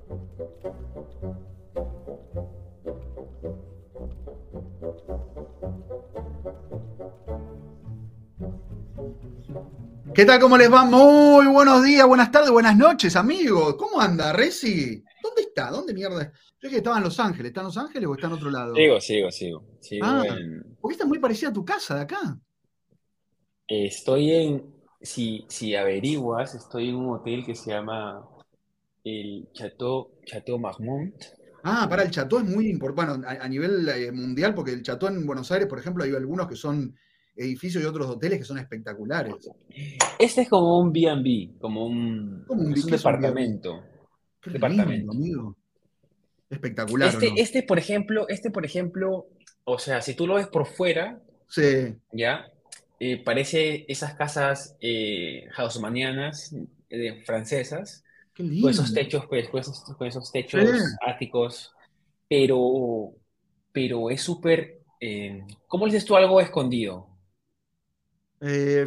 ¿Qué tal? ¿Cómo les va? Muy buenos días, buenas tardes, buenas noches, amigos. ¿Cómo anda, Reci? ¿Dónde está? ¿Dónde mierda? Yo dije que estaba en Los Ángeles. ¿Está en Los Ángeles o está en otro lado? Sigo Ah, en... porque está muy parecida a tu casa de acá. Estoy en... Si averiguas, estoy en un hotel que se llama el Chateau Marmont. Ah, para ¿Ya? el Chateau es muy importante, bueno, a nivel mundial, porque el Chateau en Buenos Aires, por ejemplo, hay algunos que son edificios y otros hoteles que son espectaculares. Este es como un B&B, como un... ¿Cómo Es un qué es un B&B? departamento. Qué lindo, Departamento. amigo. Espectacular, ¿o Este, no? este, por ejemplo, este, por ejemplo, o sea, si tú lo ves por fuera, Sí, ¿ya? Parece esas casas haussmannianas francesas, qué con esos lindo. techos, pues, con esos Sí. techos áticos, pero, pero es súper, ¿cómo dices tú algo escondido? Eh,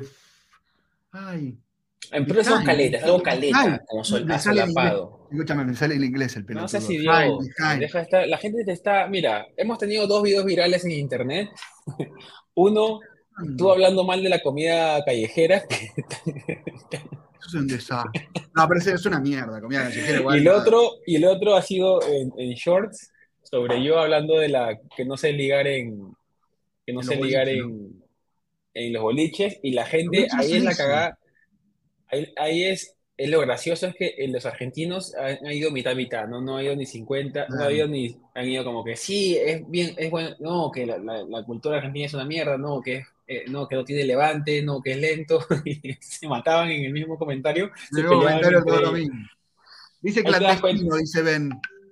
ay, Pero es algo behind, caleta, es algo behind. caleta, como Me sale en inglés. asolapado. Escúchame, me sale en inglés el No seas pelotudo. idiota, Behind. deja de estar, la gente te está, mira, hemos tenido dos videos virales en internet. Uno, tú Mm, hablando mal de la comida callejera. Eso es un desastre. No, pero es una mierda. Comida callejera Y igual, el nada. otro, y el otro ha sido en shorts, sobre yo hablando de la que no sé ligar que no En los sé ligar boliches, ¿no? en los boliches, y la Los gente, boliches ahí es hacen la eso. cagada, ahí es lo gracioso, es que los argentinos han ido mitad mitad, ¿no? No ha ido ni 50, no ha Claro. ido ni, han ido como que sí, es bien, es bueno, no, que la cultura argentina es una mierda, no, no, que no tiene levante, no, que es lento, y se mataban en el mismo comentario, Me se dio peleaban comentario todo entre lo ellos. mismo. Dice Ahí te das cuenta. clandestino, dice Ben.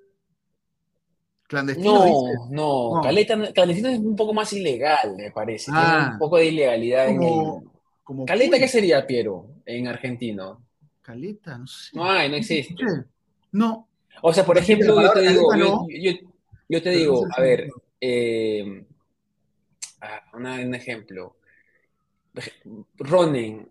¿Clandestino dice? No, no, No. clandestino es un poco más ilegal, me parece. Tiene un Ah, poco de ilegalidad en el... como ¿Caleta qué cool. sería, Piero, en argentino? Caleta, no sé. No hay, no Nunca escuché. existe. No. O sea, O por sea, sé que la ejemplo, yo te palabra caleta digo, no, yo te pero no sé digo, el a ver, significado. un ejemplo. Ronen,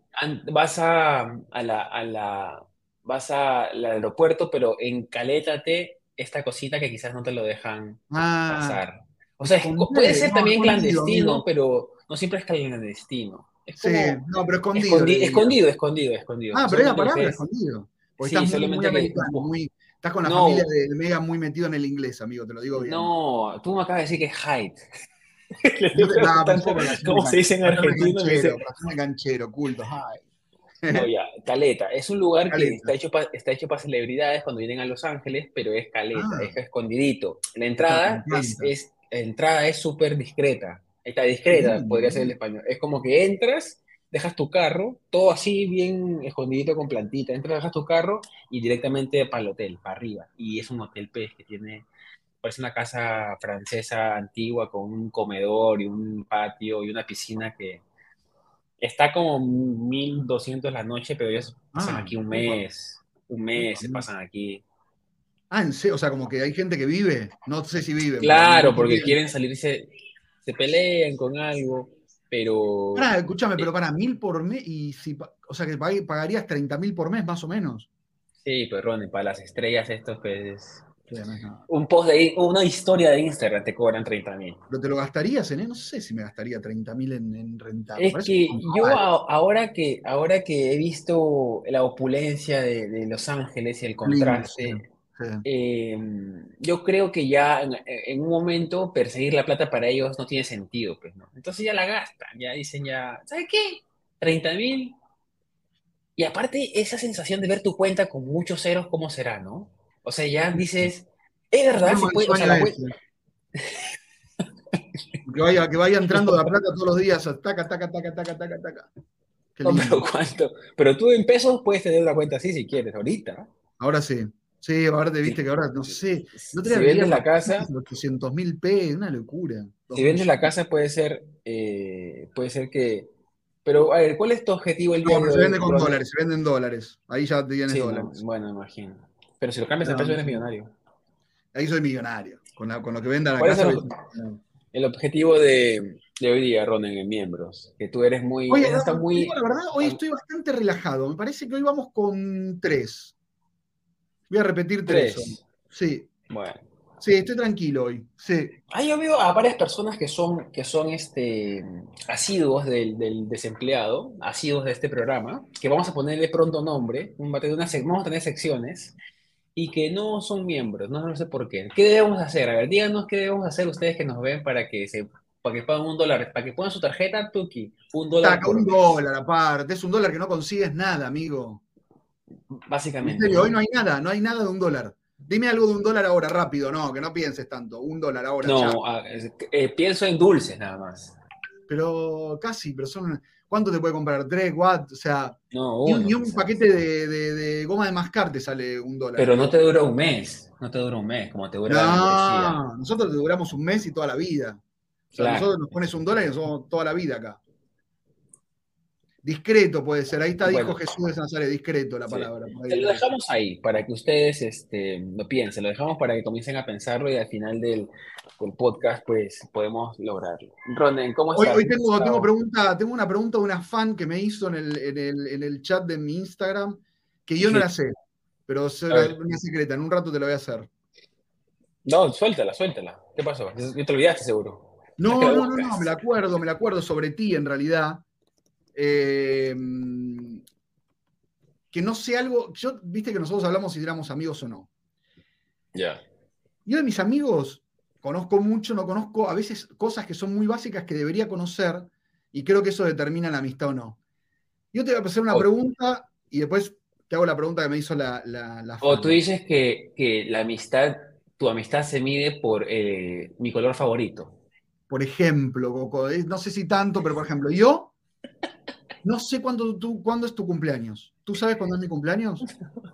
vas al aeropuerto, pero encalétate esta cosita que quizás no te lo dejan Ah, pasar. O sea, puede esconder, ser no, también escondido, clandestino, amigo. pero no siempre es clandestino. Es Sí, como no, pero escondido le diría. escondido. Ah, pero es la Solamente que palabra ustedes, escondido. Porque estás sí, muy, muy solamente que, americano, muy. Estás con la familia no, de Mega muy metido en el inglés, amigo, te lo digo bien. no, tú me acabas de decir que es hide. Le No estoy te, nada, para preguntando hacerme, cómo se dice en argentino, me dice, para hacerme canchero, culto. Ay. no, ya, Caleta. Es un lugar que Caleta. está hecho para celebridades cuando vienen a Los Ángeles, pero es Caleta, Ah, es escondidito. puta, me encanta. La entrada es súper discreta. Está Qué discreta, lindo, podría ser el amigo. español. Es como que entras, dejas tu carro, todo así bien escondidito con plantita. Entras, dejas tu carro y directamente para el hotel, para arriba. Y es un hotel, pues, que tiene, parece una casa francesa antigua con un comedor y un patio y una piscina que está como 1.200 la noche, pero ellos pasan Ah, aquí upa, un upa, mes se amigo. pasan aquí. Ah, en serio, o sea, como que hay gente que vive. No sé si viven, pero Claro, muchos porque viven. quieren salir, se pelean con algo, pero Pará, escúchame, pero eh, para 1000 por mes, y si, o sea, que pagarías 30.000 por mes, más o menos. sí, pues Ronnie, para las estrellas estos, pues Sí, no es nada. una historia de Instagram te cobran 30.000. ¿Pero te lo gastarías en él? No sé si me gastaría 30.000 en rentar. Me Es parece que un montón. yo ahora que he visto la opulencia de Los Ángeles y el Lindo, sí, contraste, sí. eh, yo creo que ya en un momento perseguir la plata para ellos no tiene sentido, pues, ¿no? Entonces ya la gastan, ya dicen ya, ¿sabes qué? 30.000. Y aparte, esa sensación de ver tu cuenta con muchos ceros, ¿cómo será, no? O sea, ya dices, es verdad, Tengo se el puede, o sea, sueño la cuenta... ese. Que vaya entrando la plata todos los días. Taca, taca, taca, taca, taca, taca. Qué No, lindo. pero ¿cuánto? Pero tú en pesos puedes tener una cuenta así si quieres, ahorita. Ahora sí. Sí, ahora te viste Si, que ahora, no sé. El otro día si veía vendes los la casa, 800.000 pesos, una locura. Dos si vendes la millones. casa puede ser que... Pero, a ver, ¿cuál es tu objetivo el No, día pero de se vende hoy, con Ronnie? dólares, se venden dólares. Ahí ya tienes Sí, no, dólares. bueno, imagino. Pero si lo cambias en No, pesos no eres sé. millonario. Ahí soy millonario. Con lo que venda la ¿Cuál es casa, el, voy a ob- ser millonario. el objetivo de hoy día, Ronnie, en miembros? Que tú eres muy... Oye, Eso está te digo muy... la verdad, hoy estoy bastante relajado. Me parece que hoy vamos con tres. Voy a repetir 3 hoy. 3. Sí, Bueno. sí, estoy tranquilo hoy. Sí. Yo veo a varias personas que son asiduos del desempleado, asiduos de este programa, que vamos a ponerle pronto nombre, vamos a tener secciones, y que no son miembros, no sé por qué. ¿Qué debemos hacer? A ver, díganos qué debemos hacer ustedes que nos ven para que pagan $1, para que pongan su tarjeta, Tuki, $1 Taca, por un mes, dólar aparte. Es un dólar que no consigues nada, amigo. En básicamente, serio, hoy no ¿no? hay nada, no hay nada de un dólar. Dime algo de un dólar ahora, rápido, no, que no pienses tanto. Un dólar ahora, ya. No, pienso en dulces nada más. Pero casi, pero son. ¿Cuánto te puede comprar? ¿3 watts? O sea, No, ni uno un quizás. paquete de goma de mascar te sale un dólar, Pero no amigo. te dura un mes, no te dura un mes, como te dura la membresía. No, nosotros te duramos un mes y toda la vida. O sea, Claro. nosotros nos pones un dólar y nos somos toda la vida acá. Discreto puede ser. Ahí está, dijo Bueno, Jesús de Nazaret, discreto la sí. palabra. Por ahí Se lo era eso. dejamos ahí para que ustedes lo piensen, lo dejamos para que comiencen a pensarlo y al final del podcast pues podemos lograrlo. Ronen, ¿cómo Hoy, estás? hoy ¿Cómo has tengo, estado? tengo una pregunta de una fan que me hizo en el chat de mi Instagram, que yo no Sí. la sé, pero es A ver, una secreta, en un rato te la voy a hacer. no, suéltala, suéltala. ¿Qué pasó? Yo te olvidaste seguro. ¿Estás que No, la no, no, no, buscas? me la acuerdo sobre ti en realidad. Eh, que no sé algo, yo, viste que nosotros hablamos si éramos amigos o no. Ya. Yo de mis amigos conozco mucho, no conozco a veces cosas que son muy básicas que debería conocer y creo que eso determina la amistad o no. Yo te voy a hacer una O, pregunta y después te hago la pregunta que me hizo la o tú fan. dices que tu amistad se mide por mi color favorito. Por ejemplo, Coco, no sé si tanto, pero por ejemplo, yo no sé cuándo es tu cumpleaños. ¿Tú sabes cuándo es mi cumpleaños?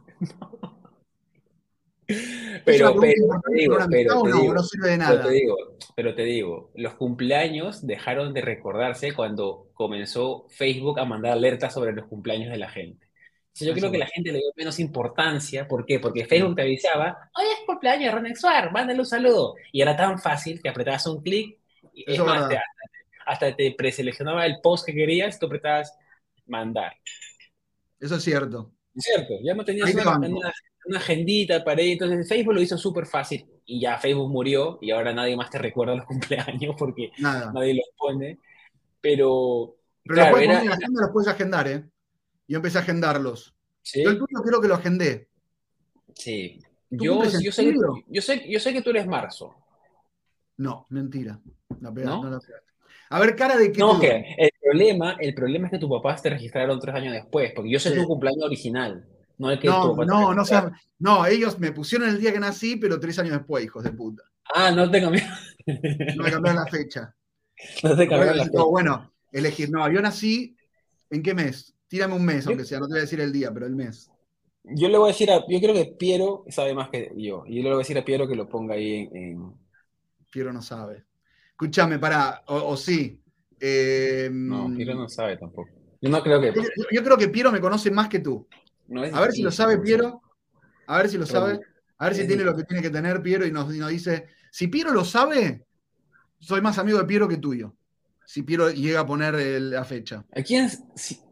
¿Es una pregunta importante para una amistad o no? ¿O no sirve de Pero te nada? digo, pero te digo, los cumpleaños dejaron de recordarse cuando comenzó Facebook a mandar alertas sobre los cumpleaños de la gente. Entonces yo A creo eso que va. la gente le dio menos importancia. ¿Por qué? Porque Sí, Facebook te avisaba, hoy es cumpleaños de Ron Suar, mándale un saludo. Y era tan fácil que apretabas un clic, es eso es más, verdad. hasta te preseleccionaba el post que querías, tú apretabas mandar. Eso es cierto. ¿Cierto? Ya no tenías Ahí te banco. una agendita para ir. Entonces Facebook lo hizo súper fácil y ya Facebook murió y ahora nadie más te recuerda los cumpleaños porque Nada. nadie los pone. Pero, Pero los claro, puedes poner en la agenda, los puedes agendar, ¿eh? Yo empecé a agendarlos. Yo el sí, tuyo creo que lo agendé. sí. ¿Tú cumples en julio? Yo sé que tú eres marzo, No, mentira. No ¿no? la pegaste. A ver, cara de qué te No, doy. que el problema es que tus papás te registraron 3 años después, porque yo sé tu Sí. cumpleaños original, no el que tu No, papá te no, no registró. sean. No, ellos me pusieron el día que nací, pero 3 años después, hijos de puta. Ah, no te cambiaron. No me cambiaron la fecha. No te Por eso cambiaron la necesito, fecha. bueno, elegir. No, yo nací. ¿En qué mes? Tírame un mes, Yo, aunque sea. No te voy a decir el día, pero el mes. Yo le voy a decir yo creo que Piero sabe más que yo. Y yo le voy a decir a Piero que lo ponga ahí Piero no sabe. Escúchame, pará. O sí. No, Piero no sabe tampoco. Yo no creo que... Yo creo que Piero me conoce más que tú. No es A ver si lo difícil, sabe Ronnie. Piero. A ver si lo Ronnie, sabe. A ver si es tiene lo que difícil. tiene que tener Piero y nos dice. Si Piero lo sabe, soy más amigo de Piero que tuyo. Si Piero llega a poner la fecha. ¿A quién? Sí,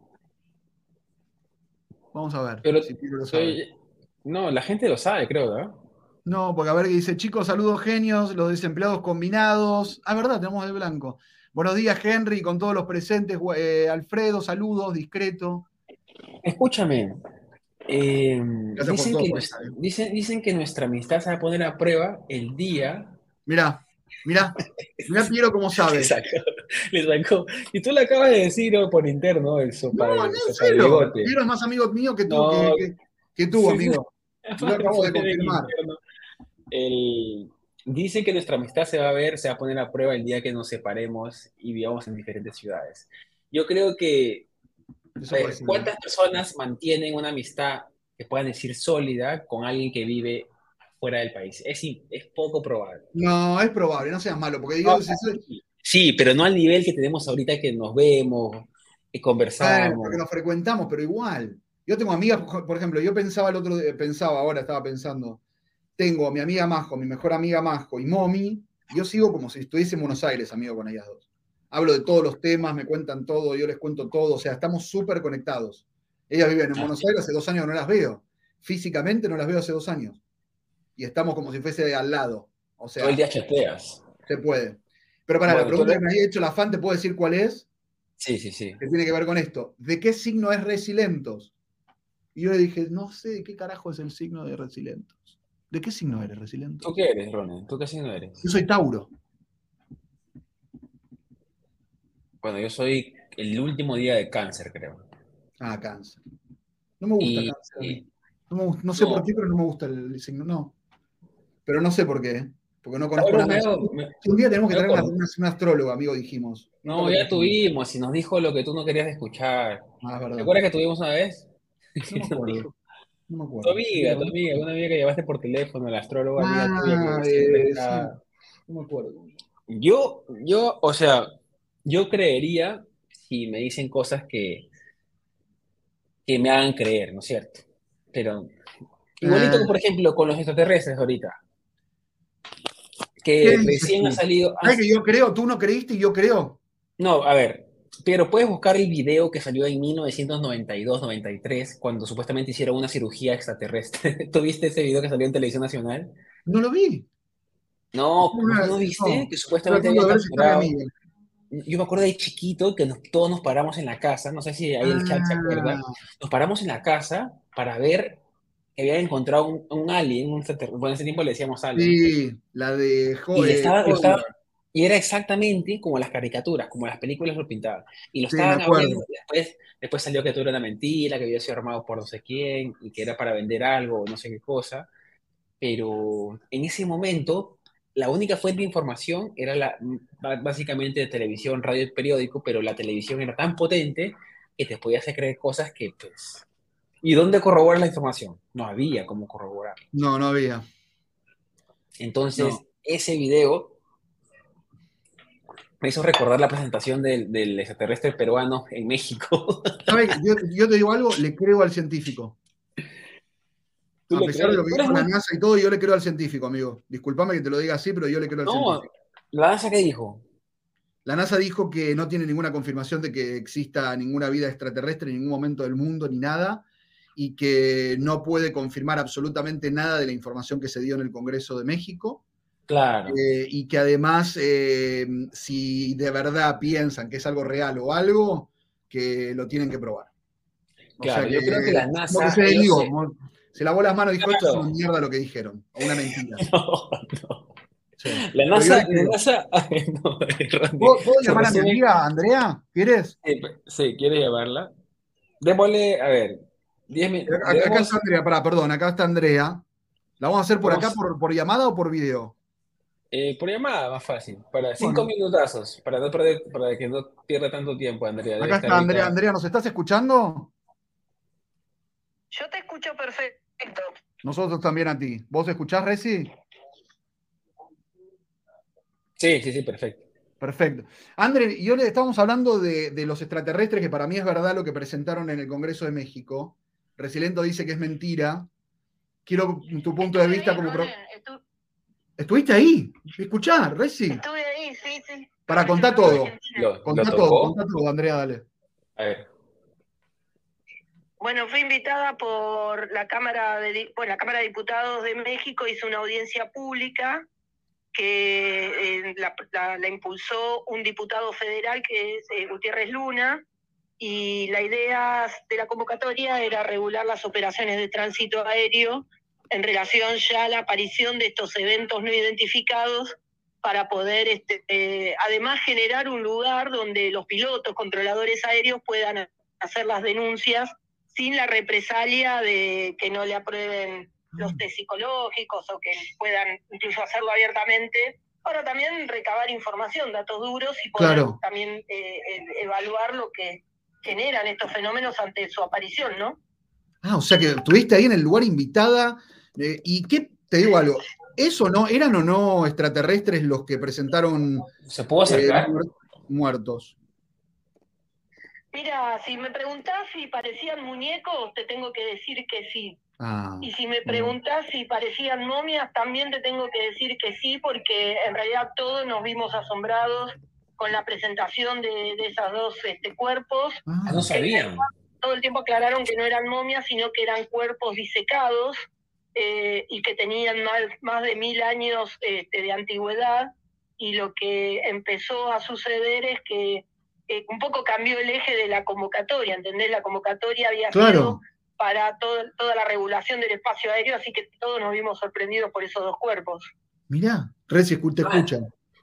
Vamos a ver pero... si Piero lo sabe. eh, no, la gente lo sabe, creo, ¿verdad? No, porque a ver qué dice, chicos, saludos genios, los desempleados combinados. Ah, verdad, tenemos de blanco. Buenos días, Henry, con todos los presentes. Alfredo, saludos, discreto. Escúchame. Gracias por todo, pues. Dicen que nuestra amistad se va a poner a prueba el día... Mirá, mirá, mirá Piero cómo Le sabe. sacó, le sacó. Y tú lo acabas de decir, ¿no? Por interno, el No, sopa, no, el en sopa de serio. bigote. Piero es más amigo mío que tú, No, que tú, sí, sí. amigo. Lo Para acabo de poner en confirmar. interno. Dice que nuestra amistad se va a poner a prueba el día que nos separemos y vivamos en diferentes ciudades. Yo creo que, a Eso puede ver, ser. ¿cuántas personas mantienen una amistad que puedan decir sólida con alguien que vive fuera del país? Es poco probable. No, es probable, no seas malo, porque No, digo, sí, pero no al nivel que tenemos ahorita que nos vemos y bueno, porque conversamos. nos frecuentamos, pero igual. Yo tengo amigas, por ejemplo, yo pensaba el otro día, ahora estaba pensando, tengo a mi amiga Majo, mi mejor amiga Majo y Momi, y yo sigo como si estuviese en Buenos Aires, amigo, con ellas dos. Hablo de todos los temas, me cuentan todo, yo les cuento todo, o sea, estamos súper conectados. Ellas viven en Ah, Buenos Aires, hace 2 años que no las veo. físicamente no las veo hace 2 años. Y estamos como si fuese al lado. O Todo el sea, día chateas. se puede. Pero para la Bueno, pregunta que me había hecho la fan, ¿te puedo decir cuál es? Sí, sí, sí. Que tiene que ver con esto. ¿De qué signo es Resilentos? Y yo le dije, no sé de qué carajo es el signo de Resilentos. ¿De qué signo eres ¿Tú Resilentos? qué eres, Ronald? ¿Tú qué signo Yo eres? soy Tauro. Bueno, yo soy el último día de Cáncer, creo. Ah, Cáncer. No me gusta Y, Cáncer a mí. y- No sé por no, qué, pero no me gusta el signo. No. Pero no sé por qué. Porque no conozco Tauro es nada. medio, Si un día tenemos que medio traer una astróloga, amigo, dijimos. Nunca No, lo ya trajimos. tuvimos y nos dijo lo que tú no querías escuchar. Ah, es ¿Te verdad. acuerdas que tuvimos una vez? No me Que nos acuerdo. dijo, No me acuerdo. una amiga que llevaste por teléfono, la astróloga amiga tuya Ah, que siempre sí. está. No me acuerdo. O sea, yo creería si me dicen cosas que me hagan creer, ¿no es cierto? Pero igualito que, por Eh, ejemplo, con los extraterrestres ahorita, ¿Qué que dices recién ha tú? salido. ¿Sabes que yo creo? Tú no creíste y yo creo. No, a ver, pero puedes buscar el video que salió en 1992-93, cuando supuestamente hicieron una cirugía extraterrestre. ¿Tú viste ese video que salió en Televisión Nacional? No lo vi. No, ¿cómo no viste? No. Que Estoy supuestamente tratando habían de ver si está mi capturado. amiga. Yo me acuerdo de chiquito que todos nos paramos en la casa, no sé si ahí el chat se acuerda, Ah, nos paramos en la casa para ver que habían encontrado un alien, un extraterrestre, bueno, en ese tiempo le decíamos alien, sí, la de y lo estaba, Howard. y era exactamente como las caricaturas, como las películas lo pintaban. Y lo Sí, me estaban acuerdo. abriendo, después salió que todo era una mentira, que había sido armado por no sé quién, y que era para vender algo, o no sé qué cosa. Pero en ese momento, la única fuente de información era básicamente de televisión, radio y periódico, pero la televisión era tan potente que te podía hacer creer cosas que, pues... ¿Y dónde corroborar la información? No había cómo corroborar. No, no había. No. Entonces, ese video me hizo recordar la presentación del extraterrestre peruano en México. ¿Sabes? Yo te digo algo, le creo al científico. ¿Tú A le pesar de lo crees? que Tú eres dijo la muy... NASA y todo, yo le creo al científico, amigo. Disculpame que te lo diga así, pero yo le creo al No, científico. ¿la danza qué dijo? La NASA dijo que no tiene ninguna confirmación de que exista ninguna vida extraterrestre en ningún momento del mundo ni nada, y que no puede confirmar absolutamente nada de la información que se dio en el Congreso de México, Claro, y que además, si de verdad piensan que es algo real o algo, que lo tienen que probar. O sea claro. que, Yo creo que la como que NASA, se ellos desligó, se... se lavó las manos y dijo, esto es una Claro. mierda lo que dijeron, o una mentira. No, no. Sí. La Pero yo NASA, le la creo. NASA, no, Randy, ¿Puedo se llamar a mi resume, amiga Andrea? ¿Quieres? sí, ¿quiere llamarla? Démosle, a ver, 10 minutos, Acá está Andrea, perdón, acá está Andrea. ¿La vamos a hacer por acá, podemos, por llamada o por video? por llamada, más fácil, para cinco Bueno, minutazos, para no perder, para que no pierda tanto tiempo, Andrea, debe acá estar está Andrea. ahorita. Andrea, ¿nos estás escuchando? Yo te escucho perfecto. Nosotros también a ti. ¿Vos escuchás, Reci? Sí, sí, sí, perfecto. Perfecto. André, yo le estábamos hablando de los extraterrestres, que para mí es verdad lo que presentaron en el Congreso de México. Resiliento dice que es mentira. Quiero tu punto de Estuve vista ahí, como... Ronen. ¿Estuviste ahí? Escuchá, Reci. Estuve ahí, sí, sí. Para contar Representando a todo. Argentina. ¿Lo tocó? Contá todo, Andrea, dale. A ver, Bueno, fui invitada por la la Cámara de Diputados de México, hizo una audiencia pública que la impulsó un diputado federal que es Gutiérrez Luna, y la idea de la convocatoria era regular las operaciones de tránsito aéreo en relación ya a la aparición de estos eventos no identificados, para poder además generar un lugar donde los pilotos, controladores aéreos puedan hacer las denuncias sin la represalia de que no le aprueben los test psicológicos, o que puedan incluso hacerlo abiertamente, para también recabar información, datos duros, y poder Claro. también evaluar lo que generan estos fenómenos ante su aparición, ¿no? Ah, o sea que estuviste ahí en el lugar invitada. ¿Y qué? Te digo algo. ¿Eso no? ¿Eran o no extraterrestres los que presentaron ¿se pudo acercar? muertos? Mira, si me preguntás si parecían muñecos, te tengo que decir que sí. Ah, Y si me bueno. preguntás si parecían momias, también te tengo que decir que sí, porque en realidad todos nos vimos asombrados con la presentación de esos dos cuerpos. Ah, no sabían. todo el tiempo aclararon que no eran momias, sino que eran cuerpos disecados y que tenían más de 1000 años de antigüedad, y lo que empezó a suceder es que un poco cambió el eje de la convocatoria, ¿entendés? La convocatoria había sido para toda la regulación del espacio aéreo, así que todos nos vimos sorprendidos por esos dos cuerpos. Mirá, Reci, te escuchan.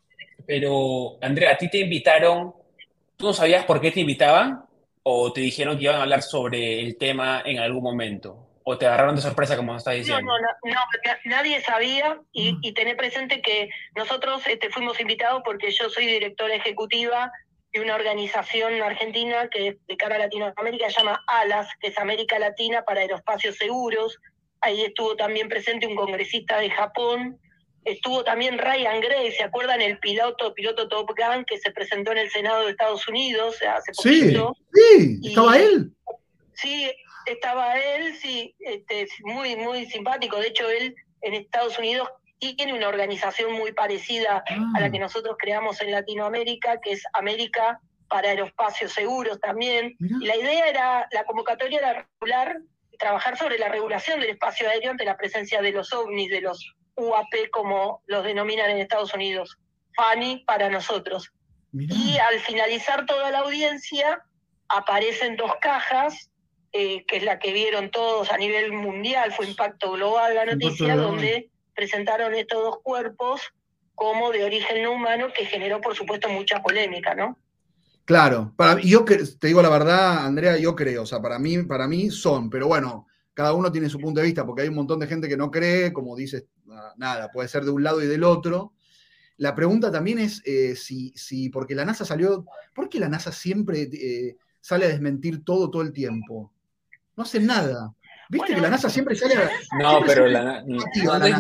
Pero, Andrea, ¿a ti te invitaron? ¿Tú no sabías por qué te invitaban? ¿O te dijeron que iban a hablar sobre el tema en algún momento? ¿O te agarraron de sorpresa, como nos estás diciendo? No, nadie sabía, y tener presente que nosotros fuimos invitados porque yo soy directora ejecutiva de una organización argentina que de cara a Latinoamérica se llama ALAS, que es América Latina para Aeroespacios Seguros. Ahí estuvo también presente un congresista de Japón, estuvo también Ryan Gray, ¿se acuerdan? El piloto Top Gun que se presentó en el Senado de Estados Unidos hace poquito. Sí, ¿estaba él? Sí, estaba él, sí, muy, muy simpático. De hecho, él en Estados Unidos tiene una organización muy parecida a la que nosotros creamos en Latinoamérica, que es América para Aeroespacios Seguros también. Mirá. Y la idea la convocatoria era trabajar sobre la regulación del espacio aéreo ante la presencia de los ovnis, de los UAP, como los denominan en Estados Unidos, FANI para nosotros. Mirá. Y al finalizar toda la audiencia, aparecen 2 cajas, que es la que vieron todos a nivel mundial, fue impacto global la noticia, donde presentaron estos 2 cuerpos como de origen no humano, que generó, por supuesto, mucha polémica, ¿no? Claro, yo te digo la verdad, Andrea, yo creo, o sea, para mí son, pero bueno, cada uno tiene su punto de vista, porque hay un montón de gente que no cree, como dices, nada, puede ser de un lado y del otro. La pregunta también es si porque la NASA ¿por qué la NASA siempre sale a desmentir todo el tiempo? No hacen nada. ¿Viste que la NASA siempre sale a... No, pero la NASA...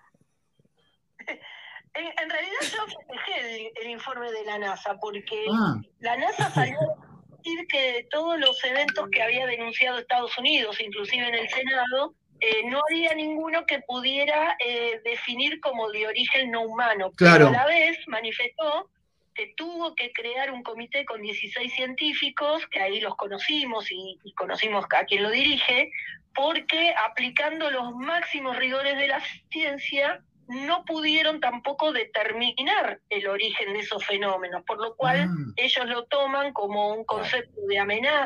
En realidad yo festejé el informe de la NASA, porque la NASA salió a decir que todos los eventos que había denunciado Estados Unidos, inclusive en el Senado, no había ninguno que pudiera definir como de origen no humano. Claro. Pero a la vez manifestó que tuvo que crear un comité con 16 científicos, que ahí los conocimos y conocimos a quien lo dirige, porque aplicando los máximos rigores de la ciencia, no pudieron tampoco determinar el origen de esos fenómenos, por lo cual ellos lo toman como un concepto de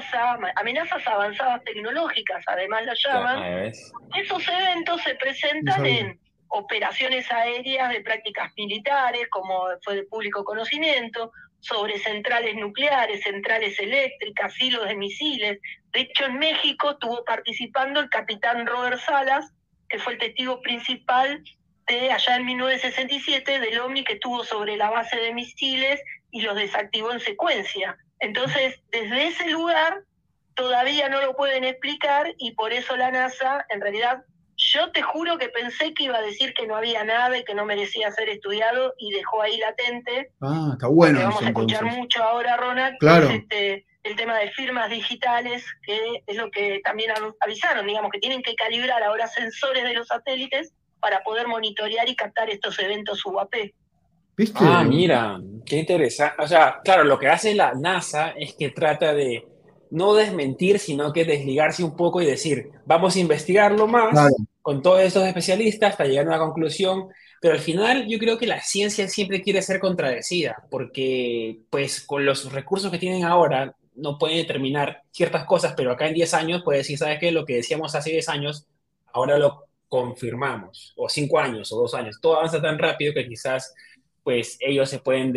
amenazas avanzadas tecnológicas, además lo llaman. Esos eventos se presentan en operaciones aéreas de prácticas militares, como fue de público conocimiento, sobre centrales nucleares, centrales eléctricas, silos de misiles. De hecho, en México estuvo participando el capitán Robert Salas, que fue el testigo principal allá en 1967 del ovni que estuvo sobre la base de misiles y los desactivó en secuencia. Entonces, desde ese lugar todavía no lo pueden explicar, y por eso la NASA, en realidad, yo te juro que pensé que iba a decir que no había nada y que no merecía ser estudiado, y dejó ahí latente. Está bueno. Que vamos a escuchar mucho ahora, Ronald, claro. Que es el tema de firmas digitales, que es lo que también avisaron, digamos, que tienen que calibrar ahora sensores de los satélites para poder monitorear y captar estos eventos UAP. ¿Viste? Mira, qué interesante. O sea, claro, lo que hace la NASA es que trata de no desmentir, sino que desligarse un poco y decir, vamos a investigarlo más con todos estos especialistas hasta llegar a una conclusión. Pero al final yo creo que la ciencia siempre quiere ser contradecida, porque pues con los recursos que tienen ahora no pueden determinar ciertas cosas, pero acá en 10 años puede decir, ¿sabes qué? Lo que decíamos hace 10 años, ahora lo confirmamos, o 5 años, o 2 años. Todo avanza tan rápido que quizás pues ellos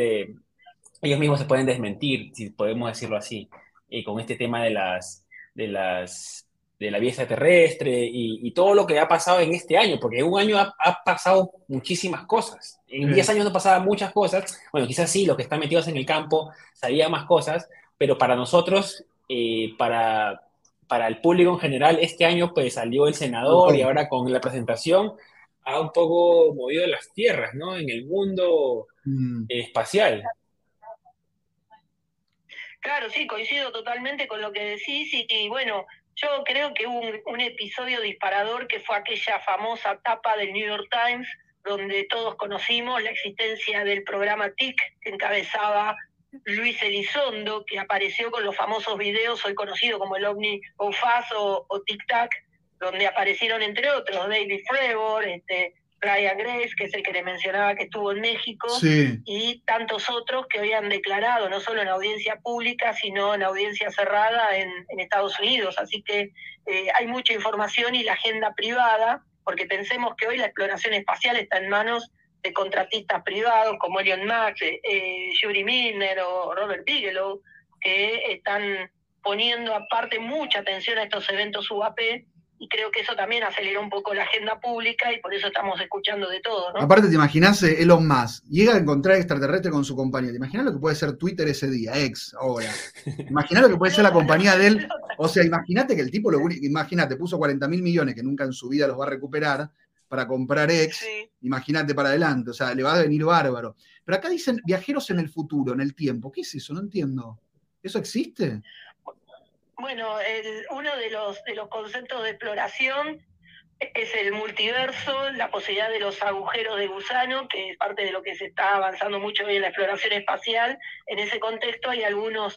mismos se pueden desmentir, si podemos decirlo así, con este tema de la vida extraterrestre y todo lo que ha pasado en este año, porque en un año ha pasado muchísimas cosas. En 10 años no pasaban muchas cosas. Bueno, quizás sí, los que están metidos en el campo sabían más cosas, pero para nosotros, para el público en general, este año pues salió el senador y ahora con la presentación ha un poco movido las tierras, ¿no? En el mundo espacial. Claro, sí, coincido totalmente con lo que decís, y bueno, yo creo que hubo un episodio disparador que fue aquella famosa tapa del New York Times, donde todos conocimos la existencia del programa TIC, que encabezaba Luis Elizondo, que apareció con los famosos videos, hoy conocido como el OVNI OFAS o Tic Tac, donde aparecieron entre otros David Fravor, Ryan Grace, que es el que le mencionaba que estuvo en México, Sí. y tantos otros que hoy han declarado, no solo en audiencia pública, sino en audiencia cerrada en Estados Unidos. Así que hay mucha información y la agenda privada, porque pensemos que hoy la exploración espacial está en manos de contratistas privados como Elon Musk, Yuri Milner o Robert Bigelow, que están poniendo aparte mucha atención a estos eventos UAP, y creo que eso también aceleró un poco la agenda pública y por eso estamos escuchando de todo, ¿no? Aparte, ¿te imaginás Elon Musk? Llega a encontrar extraterrestre con su compañía. ¿Te imaginás lo que puede ser Twitter ese día, X, ahora? ¿Imaginás lo que puede ser la compañía de él? O sea, imagínate que el tipo, imagínate, puso 40.000 millones que nunca en su vida los va a recuperar para comprar X. Sí. Imagínate para adelante, o sea, le va a venir bárbaro. Pero acá dicen viajeros en el futuro, en el tiempo. ¿Qué es eso? No entiendo. ¿Eso existe? Bueno, uno de los conceptos de exploración es el multiverso, la posibilidad de los agujeros de gusano, que es parte de lo que se está avanzando mucho hoy en la exploración espacial. En ese contexto hay algunos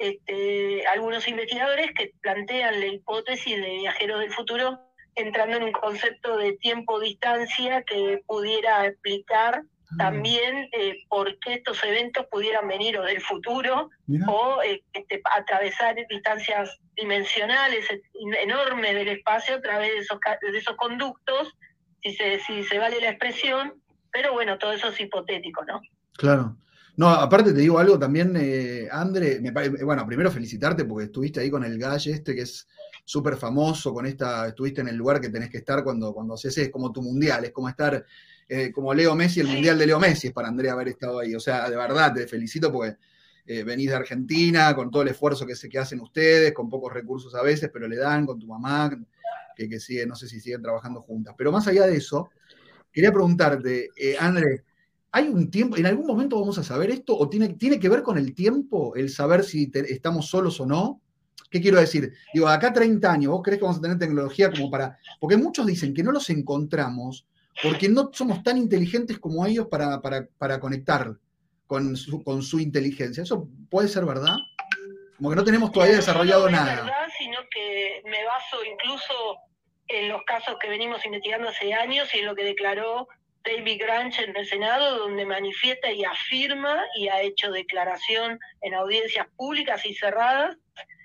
investigadores que plantean la hipótesis de viajeros del futuro entrando en un concepto de tiempo-distancia que pudiera explicar también por qué estos eventos pudieran venir o del futuro. Mirá. O atravesar distancias dimensionales enormes del espacio a través de esos conductos, si se vale la expresión, pero bueno, todo eso es hipotético, ¿no? Claro. No, aparte te digo algo también, André, bueno, primero felicitarte porque estuviste ahí con el Galle que es súper famoso, estuviste en el lugar que tenés que estar cuando haces, es como tu mundial, es como estar como Leo Messi, el mundial de Leo Messi es para Andrea haber estado ahí. O sea, de verdad te felicito porque venís de Argentina, con todo el esfuerzo que hacen ustedes, con pocos recursos a veces, pero le dan, con tu mamá, que sigue, no sé si siguen trabajando juntas. Pero más allá de eso, quería preguntarte, André, ¿hay un tiempo, en algún momento vamos a saber esto, o tiene que ver con el tiempo, el saber si estamos solos o no? ¿Qué quiero decir? Digo, de acá a 30 años, ¿vos crees que vamos a tener tecnología como para...? Porque muchos dicen que no los encontramos porque no somos tan inteligentes como ellos para conectar con su inteligencia. ¿Eso puede ser verdad? Como que no tenemos todavía desarrollado nada. No es verdad, sino que me baso incluso en los casos que venimos investigando hace años y en lo que declaró David Granch en el Senado, donde manifiesta y afirma y ha hecho declaración en audiencias públicas y cerradas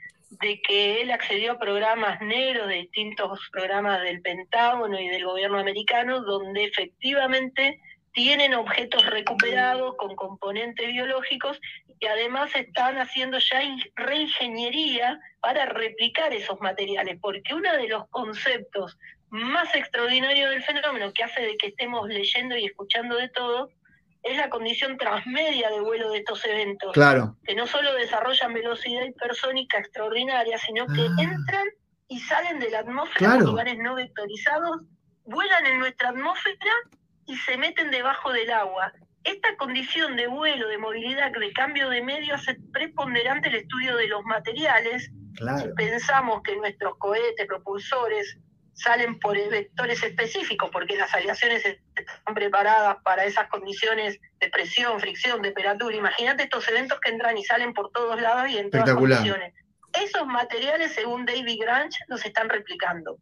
de que él accedió a programas negros de distintos programas del Pentágono y del gobierno americano, donde efectivamente tienen objetos recuperados con componentes biológicos y además están haciendo ya reingeniería para replicar esos materiales, porque uno de los conceptos más extraordinarios del fenómeno que hace de que estemos leyendo y escuchando de todo es la condición transmedia de vuelo de estos eventos, claro, que no solo desarrollan velocidad hipersónica extraordinaria, sino que entran y salen de la atmósfera en lugares no vectorizados, vuelan en nuestra atmósfera y se meten debajo del agua. Esta condición de vuelo, de movilidad, de cambio de medio hace preponderante el estudio de los materiales. Claro. Si pensamos que nuestros cohetes, propulsores, salen por vectores específicos, porque las aleaciones están preparadas para esas condiciones de presión, fricción, temperatura. Imagínate estos eventos que entran y salen por todos lados y en todas condiciones. Esos materiales, según David Granch, los están replicando.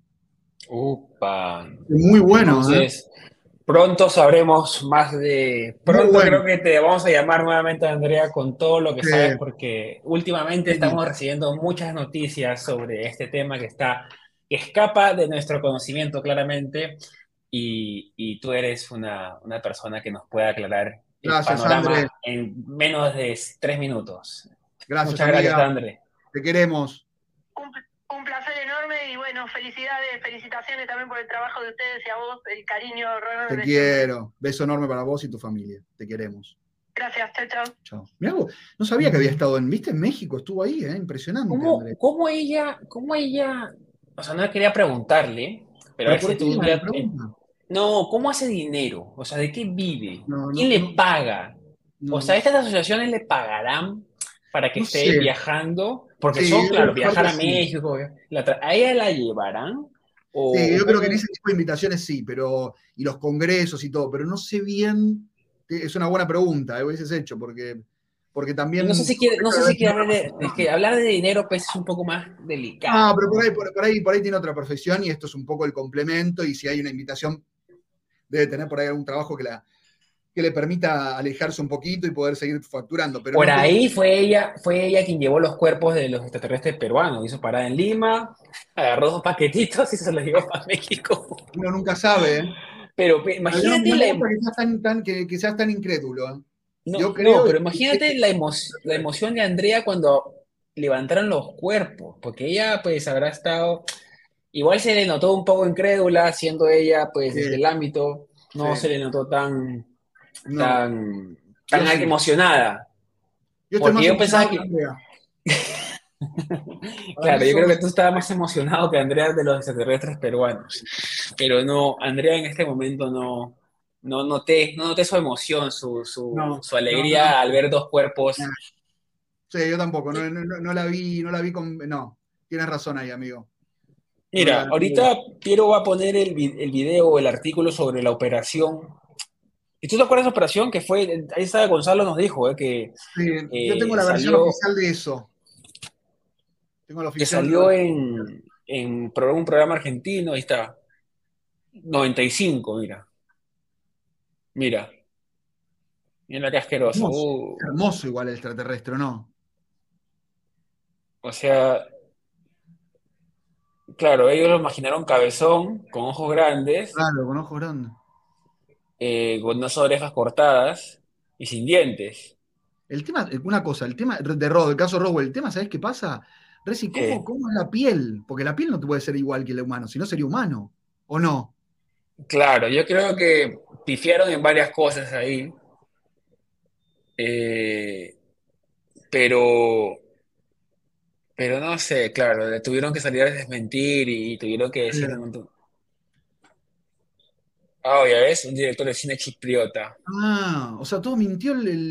Upa. Muy bueno. Entonces, pronto sabremos más de... Pronto creo que te vamos a llamar nuevamente, Andrea, con todo lo que sabes, porque últimamente estamos recibiendo muchas noticias sobre este tema que escapa de nuestro conocimiento claramente, y tú eres una persona que nos puede aclarar el panorama, André, en menos de 3 minutos. Gracias, muchas gracias, André. Te queremos. Un placer enorme y bueno, felicitaciones también por el trabajo de ustedes y a vos, el cariño. Te quiero. Beso enorme para vos y tu familia. Te queremos. Gracias, chao. Chao. Mirá vos, no sabía que había estado ¿viste? En México, estuvo ahí, impresionante. ¿Cómo ella, o sea, no quería preguntarle, pero a ver si tú no, ¿cómo hace dinero? O sea, ¿de qué vive? ¿Quién le paga? O sea, ¿estas asociaciones le pagarán para que esté viajando? Porque son, claro, viajar a México. ¿A ella la llevarán? Sí, yo creo que en ese tipo de invitaciones sí, y los congresos y todo, pero no sé bien, es una buena pregunta, hubieses hecho, porque porque Y también... no sé si quiere hablar es que hablar de dinero pues es un poco más delicado. Ah, pero por ahí tiene otra profesión y esto es un poco el complemento y si hay una invitación debe tener por ahí algún trabajo que le permita alejarse un poquito y poder seguir facturando. Pero Por no creo ahí fue ella quien llevó los cuerpos de los extraterrestres peruanos. Hizo parada en Lima, agarró 2 paquetitos y se los llevó para México. uno nunca sabe, ¿eh? Pero Pero yo no, imagínate no me gusta que seas que seas tan incrédulo, ¿eh? no, Yo no, creo pero que imagínate la emoción de Andrea cuando levantaron los cuerpos, porque ella pues habrá estado, igual se le notó un poco incrédula, siendo ella pues desde sí, el ámbito, sí. no se le notó No, tan, yo tan sí. emocionada, Yo estoy porque más yo pensaba emocionado que que, Andrea. Para mí claro, yo creo son. que tú estabas más emocionado que Andrea de los extraterrestres peruanos, pero no, Andrea en este momento no noté su emoción, No, su no, yo alegría al tampoco. ver 2 cuerpos. Sí, yo tampoco. No la vi con. No, tienes razón ahí, amigo. No Mira, la. ahorita Piero va a poner el video o el artículo sobre la operación. ¿Y tú te acuerdas de esa operación que fue? Ahí está Gonzalo nos dijo Sí, yo tengo la versión salió, oficial de eso. Tengo la que oficial. salió en un programa argentino. Ahí está, 95, mira. Mira, mira qué asqueroso. Hermoso. Hermoso igual el extraterrestre, ¿no? O sea, claro, ellos lo imaginaron cabezón, con ojos grandes, Claro, con ojos grandes. con unas orejas cortadas y sin dientes. El tema, una cosa, el tema de Rod, el caso Roswell, el tema, ¿sabes qué pasa? Reci, Que, ¿cómo es la piel? Porque la piel no te puede ser igual que el humano, si no sería humano, ¿o no? claro, yo creo que pifiaron en varias cosas ahí. Eh, pero, pero no sé, claro, le tuvieron que salir a desmentir y tuvieron que decir un montón. Ah, ya ves, un director de cine chipriota. Ah, o sea, todo mintió